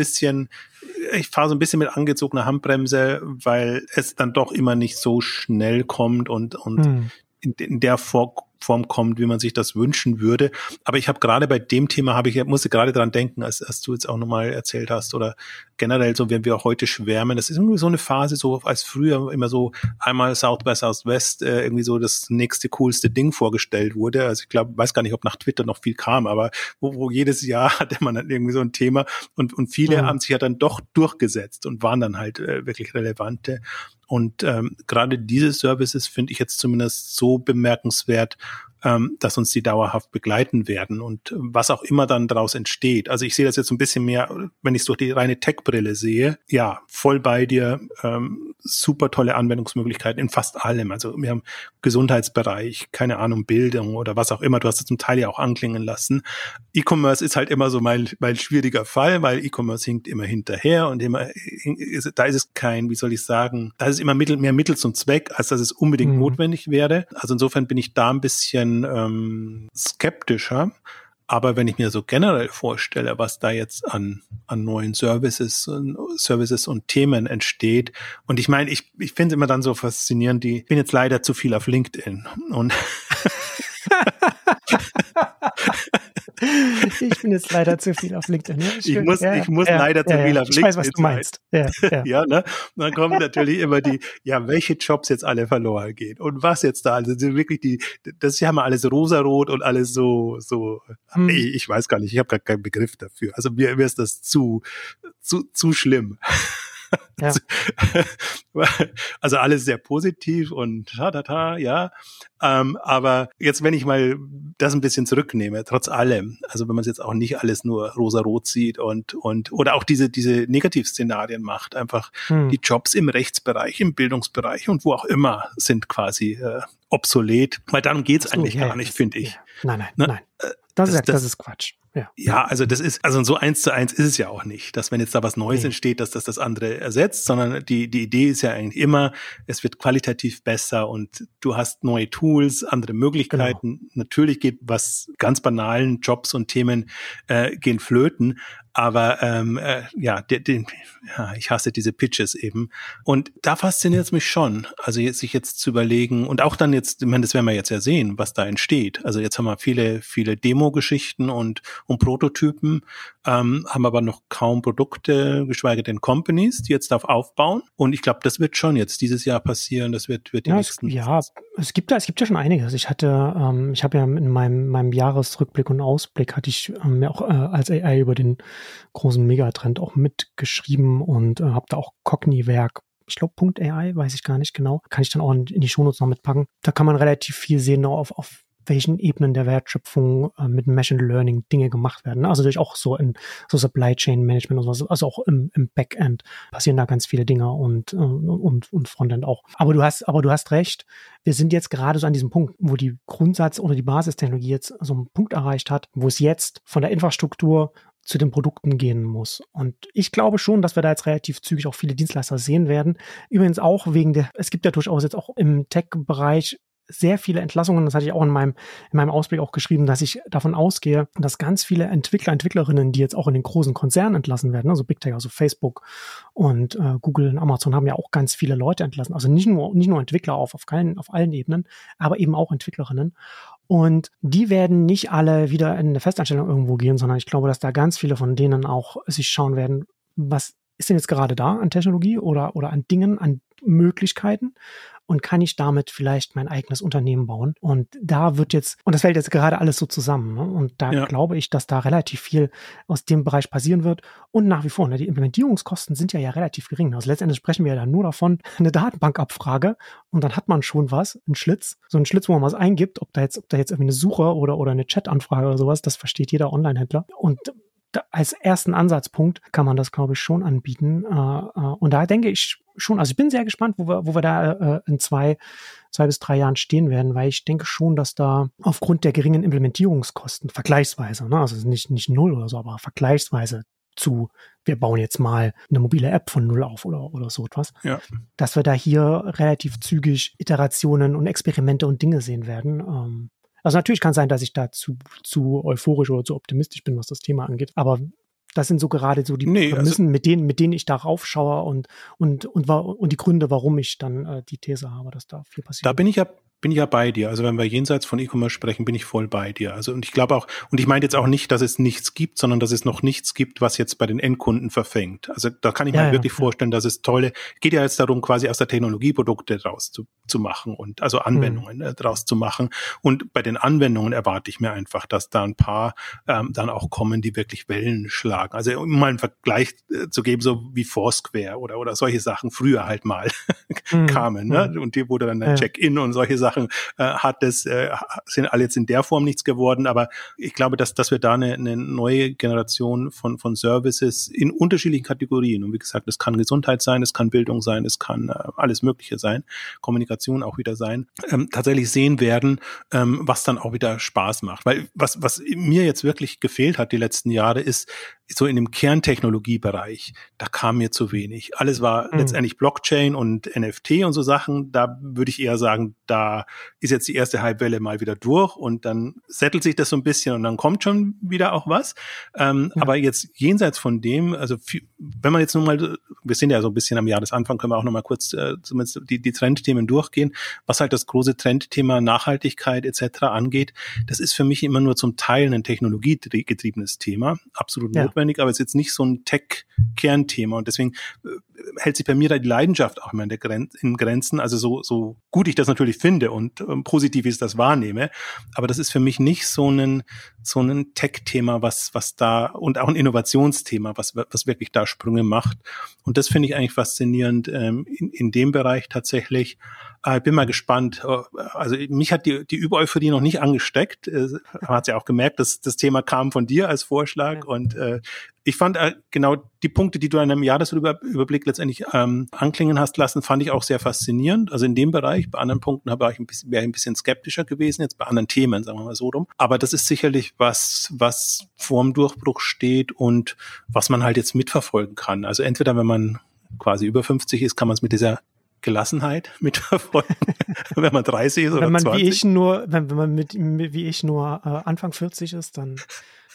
S2: ich fahre so ein bisschen mit angezogener Handbremse, weil es dann doch immer nicht so schnell kommt und in der Form kommt, wie man sich das wünschen würde. Aber ich habe gerade bei dem Thema, musste gerade dran denken, als du jetzt auch nochmal erzählt hast oder generell so, wenn wir auch heute schwärmen, das ist irgendwie so eine Phase, so als früher immer so einmal South by Southwest irgendwie so das nächste coolste Ding vorgestellt wurde. Also ich glaube, weiß gar nicht, ob nach Twitter noch viel kam, aber wo jedes Jahr hatte man dann irgendwie so ein Thema und viele haben sich ja dann doch durchgesetzt und waren dann halt wirklich relevante. Und gerade diese Services finde ich jetzt zumindest so bemerkenswert, dass uns die dauerhaft begleiten werden und was auch immer dann daraus entsteht. Also ich sehe das jetzt ein bisschen mehr, wenn ich es durch die reine Tech-Brille sehe. Ja, voll bei dir, super tolle Anwendungsmöglichkeiten in fast allem. Also wir haben Gesundheitsbereich, keine Ahnung, Bildung oder was auch immer. Du hast es zum Teil ja auch anklingen lassen. E-Commerce ist halt immer so mein schwieriger Fall, weil E-Commerce hinkt immer hinterher und da ist es kein, wie soll ich sagen, da ist es immer mehr Mittel zum Zweck, als dass es unbedingt notwendig wäre. Also insofern bin ich da ein bisschen skeptischer. Aber wenn ich mir so generell vorstelle, was da jetzt an neuen Services und Themen entsteht, und ich meine, ich finde es immer dann so faszinierend, ich bin jetzt leider zu viel auf LinkedIn und
S1: Ich bin jetzt leider zu viel auf LinkedIn. Ja,
S2: ich muss leider zu viel auf LinkedIn.
S1: Ich weiß, was du meinst.
S2: Ja, ne? Und dann kommen natürlich immer welche Jobs jetzt alle verloren gehen und was jetzt da. Also wirklich das ist ja mal alles rosarot und alles so. Ich weiß gar nicht, ich habe gar keinen Begriff dafür. Also mir ist das zu schlimm. Ja. Also alles sehr positiv und ja. Aber jetzt, wenn ich mal das ein bisschen zurücknehme, trotz allem, also wenn man es jetzt auch nicht alles nur rosa-rot sieht und oder auch diese Negativszenarien macht, einfach die Jobs im Rechtsbereich, im Bildungsbereich und wo auch immer sind quasi obsolet, weil darum geht's eigentlich gar nicht, finde ich.
S1: Nein. Das ist Quatsch.
S2: Ja, also das ist, also so 1:1 ist es ja auch nicht, dass wenn jetzt da was Neues entsteht, dass das andere ersetzt, sondern die Idee ist ja eigentlich immer, es wird qualitativ besser und du hast neue Tools, andere Möglichkeiten. Genau. Natürlich geht was ganz banalen Jobs und Themen gehen flöten, Aber ich hasse diese Pitches eben. Und da fasziniert es mich schon, also sich jetzt zu überlegen und auch dann jetzt, ich meine, das werden wir jetzt ja sehen, was da entsteht. Also jetzt haben wir viele Demo-Geschichten und Prototypen, haben aber noch kaum Produkte, geschweige denn Companies, die jetzt darauf aufbauen. Und ich glaube, das wird schon jetzt dieses Jahr passieren. Das wird die nächsten.
S1: Es gibt ja schon einiges. Ich habe ja in meinem Jahresrückblick und Ausblick hatte ich mir auch als AI über den großen Megatrend auch mitgeschrieben und habe da auch Cogniwerk, ich glaube .ai, weiß ich gar nicht genau, kann ich dann auch in die Shownotes noch mitpacken. Da kann man relativ viel sehen, auf welchen Ebenen der Wertschöpfung mit Machine Learning Dinge gemacht werden. Also natürlich auch so in so Supply Chain Management und sowas, also auch im Backend passieren da ganz viele Dinge und Frontend auch. Aber du hast recht. Wir sind jetzt gerade so an diesem Punkt, wo die Grundsatz oder die Basistechnologie jetzt so einen Punkt erreicht hat, wo es jetzt von der Infrastruktur zu den Produkten gehen muss. Und ich glaube schon, dass wir da jetzt relativ zügig auch viele Dienstleister sehen werden. Übrigens auch es gibt ja durchaus jetzt auch im Tech-Bereich sehr viele Entlassungen. Das hatte ich auch in meinem Ausblick auch geschrieben, dass ich davon ausgehe, dass ganz viele Entwicklerinnen, die jetzt auch in den großen Konzernen entlassen werden, also Big Tech, also Facebook und Google und Amazon haben ja auch ganz viele Leute entlassen. Also nicht nur Entwickler auf allen Ebenen, aber eben auch Entwicklerinnen. Und die werden nicht alle wieder in eine Festanstellung irgendwo gehen, sondern ich glaube, dass da ganz viele von denen auch sich schauen werden, was ist denn jetzt gerade da an Technologie oder an Dingen, an Möglichkeiten und kann ich damit vielleicht mein eigenes Unternehmen bauen? Und da wird jetzt, und das fällt jetzt gerade alles so zusammen, ne? Und da glaube ich, dass da relativ viel aus dem Bereich passieren wird. Und nach wie vor, ne, die Implementierungskosten sind ja relativ gering. Also letztendlich sprechen wir ja dann nur davon, eine Datenbankabfrage und dann hat man schon einen Schlitz, so einen Schlitz, wo man was eingibt, ob da jetzt irgendwie eine Suche oder eine Chatanfrage oder sowas, das versteht jeder Online-Händler. Und als ersten Ansatzpunkt kann man das, glaube ich, schon anbieten. Und da denke ich schon, also ich bin sehr gespannt, wo wir da in 2 bis 3 Jahren stehen werden, weil ich denke schon, dass da aufgrund der geringen Implementierungskosten vergleichsweise, ne, also nicht null oder so, aber vergleichsweise wir bauen jetzt mal eine mobile App von null auf oder so etwas, dass wir da hier relativ zügig Iterationen und Experimente und Dinge sehen werden. Also natürlich kann es sein, dass ich da zu euphorisch oder zu optimistisch bin, was das Thema angeht. Aber das sind so gerade so die Prämissen, mit denen ich darauf schaue und die Gründe, warum ich dann die These habe, dass da viel passiert.
S2: Da bin ich ja bei dir. Also wenn wir jenseits von E-Commerce sprechen, bin ich voll bei dir. Also und ich glaube auch, und ich meine jetzt auch nicht, dass es nichts gibt, sondern dass es noch nichts gibt, was jetzt bei den Endkunden verfängt. Also da kann ich mir wirklich vorstellen, dass es geht ja jetzt darum, quasi aus der Technologie Produkte draus zu machen und also Anwendungen draus zu machen. Und bei den Anwendungen erwarte ich mir einfach, dass da ein paar dann auch kommen, die wirklich Wellen schlagen. Also um mal einen Vergleich zu geben, so wie Foursquare oder solche Sachen früher halt mal kamen, ne? Und die wurde dann Check-in und solche Sachen sind alle jetzt in der Form nichts geworden, aber ich glaube, dass wir da eine neue Generation von Services in unterschiedlichen Kategorien, und wie gesagt, es kann Gesundheit sein, es kann Bildung sein, es kann alles Mögliche sein, Kommunikation auch wieder sein, tatsächlich sehen werden, was dann auch wieder Spaß macht. Weil was mir jetzt wirklich gefehlt hat die letzten Jahre ist, so in dem Kerntechnologiebereich, da kam mir zu wenig. Alles war letztendlich Blockchain und NFT und so Sachen. Da würde ich eher sagen, da ist jetzt die erste Hypewelle mal wieder durch und dann settelt sich das so ein bisschen und dann kommt schon wieder auch was. Aber jetzt jenseits von dem, also wenn man jetzt nun mal, wir sind ja so ein bisschen am Jahresanfang, können wir auch noch mal kurz zumindest die Trendthemen durchgehen, was halt das große Trendthema Nachhaltigkeit etc. angeht. Das ist für mich immer nur zum Teil ein technologiegetriebenes Thema, absolut notwendig, aber es ist jetzt nicht so ein Tech-Kernthema und deswegen hält sich bei mir da die Leidenschaft auch immer in Grenzen, also so gut ich das natürlich finde und positiv ich das wahrnehme, aber das ist für mich nicht so ein Tech-Thema, was da, und auch ein Innovationsthema, was wirklich da Sprünge macht, und das finde ich eigentlich faszinierend in dem Bereich tatsächlich. Ich bin mal gespannt. Also mich hat die Übereuphorie noch nicht angesteckt. Man hat ja auch gemerkt, dass das Thema kam von dir als Vorschlag. Und ich fand genau die Punkte, die du in einem Jahresüberblick letztendlich anklingen hast lassen, fand ich auch sehr faszinierend. Also in dem Bereich, bei anderen Punkten wäre ich ein bisschen skeptischer gewesen, jetzt bei anderen Themen, sagen wir mal so rum. Aber das ist sicherlich was vorm Durchbruch steht und was man halt jetzt mitverfolgen kann. Also entweder, wenn man quasi über 50 ist, kann man es mit dieser Gelassenheit mitverfolgen, wenn man 30 ist oder 20.
S1: Wenn man wie ich nur Anfang 40 ist, dann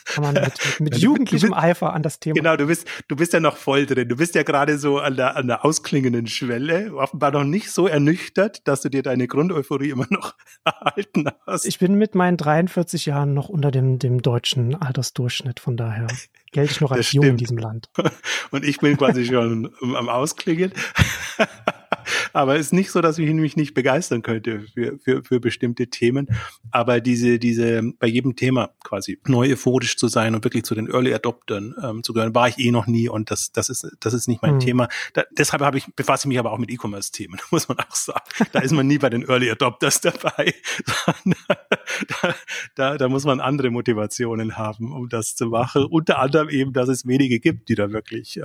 S1: kann man mit jugendlichem Eifer an das Thema.
S2: Genau, du bist ja noch voll drin. Du bist ja gerade so an der ausklingenden Schwelle, offenbar noch nicht so ernüchtert, dass du dir deine Grundeuphorie immer noch erhalten hast.
S1: Ich bin mit meinen 43 Jahren noch unter dem deutschen Altersdurchschnitt, von daher gelte ich noch als jung in diesem Land.
S2: Und ich bin quasi schon am Ausklingen. Aber es ist nicht so, dass ich mich nicht begeistern könnte für bestimmte Themen. Aber diese bei jedem Thema quasi neu euphorisch zu sein und wirklich zu den Early Adoptern zu gehören, war ich noch nie, und das ist nicht mein Thema. Deshalb befasse ich mich aber auch mit E-Commerce-Themen, muss man auch sagen. Da ist man nie bei den Early Adopters dabei. Da muss man andere Motivationen haben, um das zu machen. Unter anderem eben, dass es wenige gibt, die da wirklich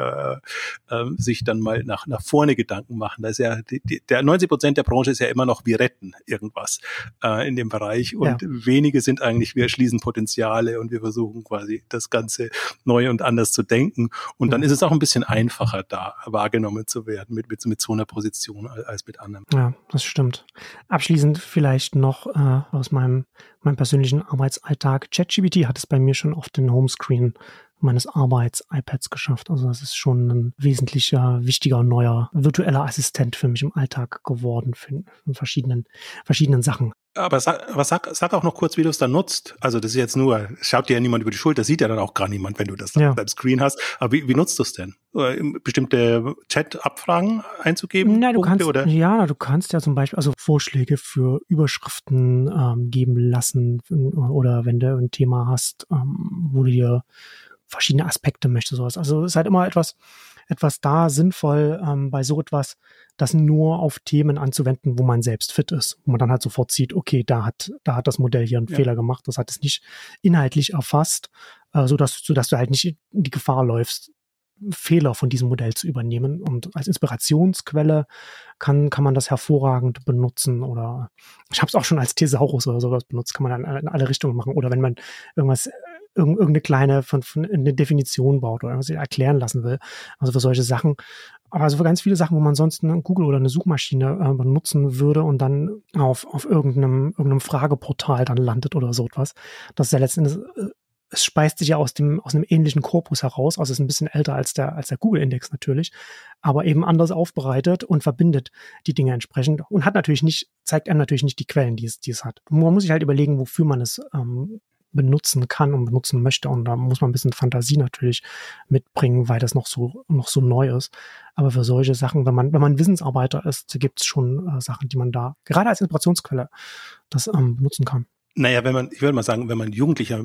S2: sich dann mal nach vorne Gedanken machen. Da ist ja der 90% der Branche ist ja immer noch, wir retten irgendwas in dem Bereich, und wenige sind eigentlich, wir erschließen Potenziale und wir versuchen quasi das Ganze neu und anders zu denken, und dann ist es auch ein bisschen einfacher, da wahrgenommen zu werden mit so einer Position als mit anderen.
S1: Ja, das stimmt. Abschließend vielleicht noch aus meinem persönlichen Arbeitsalltag. ChatGPT hat es bei mir schon auf den Homescreen meines Arbeits-iPads geschafft. Also das ist schon ein wesentlicher, wichtiger, neuer virtueller Assistent für mich im Alltag geworden, für verschiedenen Sachen.
S2: Aber sag auch noch kurz, wie du es dann nutzt. Also das ist jetzt nur, schaut dir ja niemand über die Schulter, sieht ja dann auch gar niemand, wenn du das dann auf deinem Screen hast. Aber wie nutzt du es denn? Bestimmte Chat-Abfragen einzugeben?
S1: Na, du kannst ja zum Beispiel also Vorschläge für Überschriften geben lassen, oder wenn du ein Thema hast, wo du dir verschiedene Aspekte möchte, sowas. Also es ist halt immer etwas da sinnvoll, bei so etwas, das nur auf Themen anzuwenden, wo man selbst fit ist. Wo man dann halt sofort sieht, okay, da hat das Modell hier einen Fehler gemacht, das hat es nicht inhaltlich erfasst, sodass du halt nicht in die Gefahr läufst, Fehler von diesem Modell zu übernehmen. Und als Inspirationsquelle kann man das hervorragend benutzen, oder ich habe es auch schon als Thesaurus oder sowas benutzt, kann man dann in alle Richtungen machen. Oder wenn man irgendeine kleine eine Definition baut oder was erklären lassen will. Also für solche Sachen. Aber also für ganz viele Sachen, wo man sonst eine Google oder eine Suchmaschine benutzen würde und dann auf irgendeinem Frageportal dann landet oder so etwas. Das ist ja letztendlich, es speist sich ja aus einem ähnlichen Korpus heraus, also ist ein bisschen älter als der Google-Index natürlich, aber eben anders aufbereitet und verbindet die Dinge entsprechend und zeigt einem natürlich nicht die Quellen, die es hat. Man muss sich halt überlegen, wofür man es benutzen kann und benutzen möchte, und da muss man ein bisschen Fantasie natürlich mitbringen, weil das noch so neu ist. Aber für solche Sachen, wenn man Wissensarbeiter ist, gibt es schon Sachen, die man da gerade als Inspirationsquelle das benutzen kann.
S2: Naja, ich würde mal sagen, wenn man jugendlicher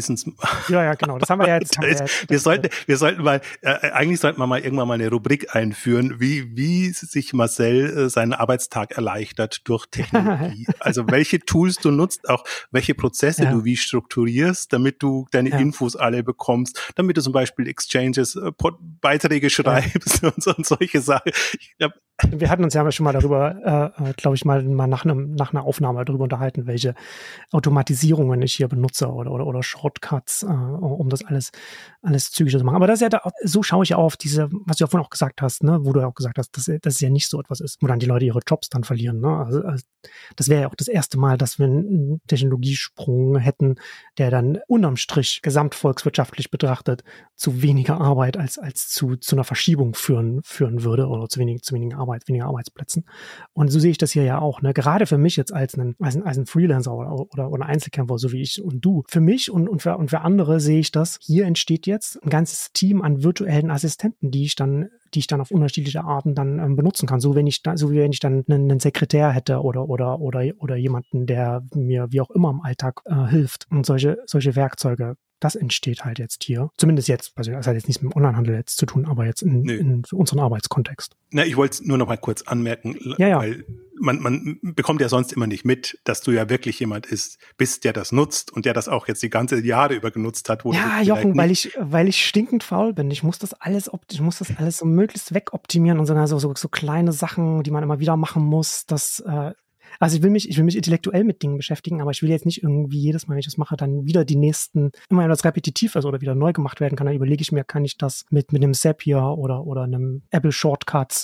S1: Ja, genau, das haben wir jetzt.
S2: Wir sollten mal, eigentlich sollten wir mal irgendwann mal eine Rubrik einführen, wie sich Marcel seinen Arbeitstag erleichtert durch Technologie. Also welche Tools du nutzt, auch welche Prozesse du wie strukturierst, damit du deine Infos alle bekommst, damit du zum Beispiel Exchanges, Beiträge schreibst und solche Sachen.
S1: Wir hatten uns ja schon mal darüber, glaube ich, mal nach einer Aufnahme darüber unterhalten, welche Automatisierungen ich hier benutze oder Shortcuts, um das alles zügiger zu machen. Aber das ist ja so schaue ich ja auf diese, was du ja vorhin auch gesagt hast, ne, wo du ja auch gesagt hast, dass es ja nicht so etwas ist, wo dann die Leute ihre Jobs dann verlieren. Ne? Also das wäre ja auch das erste Mal, dass wir einen Technologiesprung hätten, der dann unterm Strich gesamtvolkswirtschaftlich betrachtet zu weniger Arbeit als zu einer Verschiebung führen würde, oder zu weniger Arbeitsplätzen. Und so sehe ich das hier ja auch. Ne? Gerade für mich jetzt als ein Freelancer oder ein Einzelkämpfer, so wie ich und du. Für mich und für andere sehe ich das, hier entsteht jetzt ein ganzes Team an virtuellen Assistenten, die ich dann auf unterschiedliche Arten dann benutzen kann. So wie wenn ich dann einen Sekretär hätte oder jemanden, der mir wie auch immer im Alltag hilft. Und solche Werkzeuge, das entsteht halt jetzt hier. Zumindest jetzt, also das hat jetzt nichts mit dem Onlinehandel jetzt zu tun, aber jetzt in unserem Arbeitskontext.
S2: Na, ich wollte es nur noch mal kurz anmerken, weil man bekommt ja sonst immer nicht mit, dass du ja wirklich jemand bist, der das nutzt und der das auch jetzt die ganze Jahre über genutzt hat.
S1: Ja, Jochen, weil ich stinkend faul bin. Ich muss das alles so möglichst wegoptimieren und so kleine Sachen, die man immer wieder machen muss, also ich will mich intellektuell mit Dingen beschäftigen, aber ich will jetzt nicht irgendwie jedes Mal, wenn ich das mache, dann wieder immer wenn das repetitiv ist oder wieder neu gemacht werden kann, dann überlege ich mir, kann ich das mit einem Zapier oder einem Apple Shortcuts,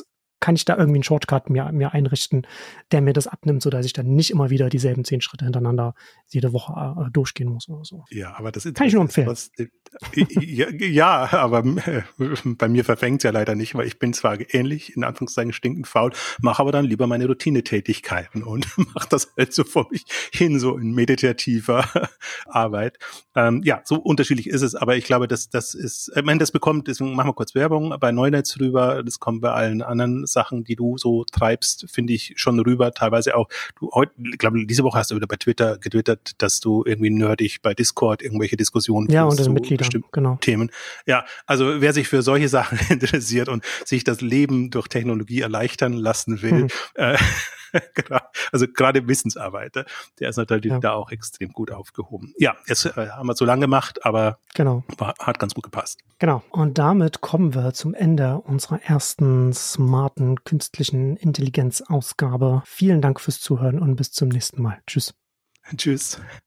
S1: kann ich da irgendwie einen Shortcut mir einrichten, der mir das abnimmt, sodass ich dann nicht immer wieder dieselben 10 Schritte hintereinander jede Woche durchgehen muss oder so.
S2: Ja, aber das
S1: kann ich nur empfehlen.
S2: Ja, aber bei mir verfängt es ja leider nicht, weil ich bin zwar ähnlich, in Anführungszeichen stinkend faul, mache aber dann lieber meine Routinetätigkeiten und mache das halt so vor mich hin, so in meditativer Arbeit. Ja, so unterschiedlich ist es, aber ich glaube, das ist, ich meine, das bekommt, deswegen machen wir kurz Werbung bei Neunetz rüber, das kommt bei allen anderen Sachen, die du so treibst, finde ich schon rüber, teilweise auch, du heute, ich glaube, diese Woche hast du wieder bei Twitter getwittert, dass du irgendwie nerdig bei Discord irgendwelche Diskussionen
S1: ja, und
S2: zu
S1: Mitgliedern,
S2: bestimmten
S1: genau.
S2: Themen. Ja, also wer sich für solche Sachen interessiert und sich das Leben durch Technologie erleichtern lassen will, genau, also gerade Wissensarbeiter, der ist natürlich da auch extrem gut aufgehoben. Ja, jetzt haben wir zu lang gemacht, aber hat ganz gut gepasst.
S1: Genau, und damit kommen wir zum Ende unserer ersten smarten künstlichen Intelligenz-Ausgabe. Vielen Dank fürs Zuhören und bis zum nächsten Mal. Tschüss.
S2: Tschüss.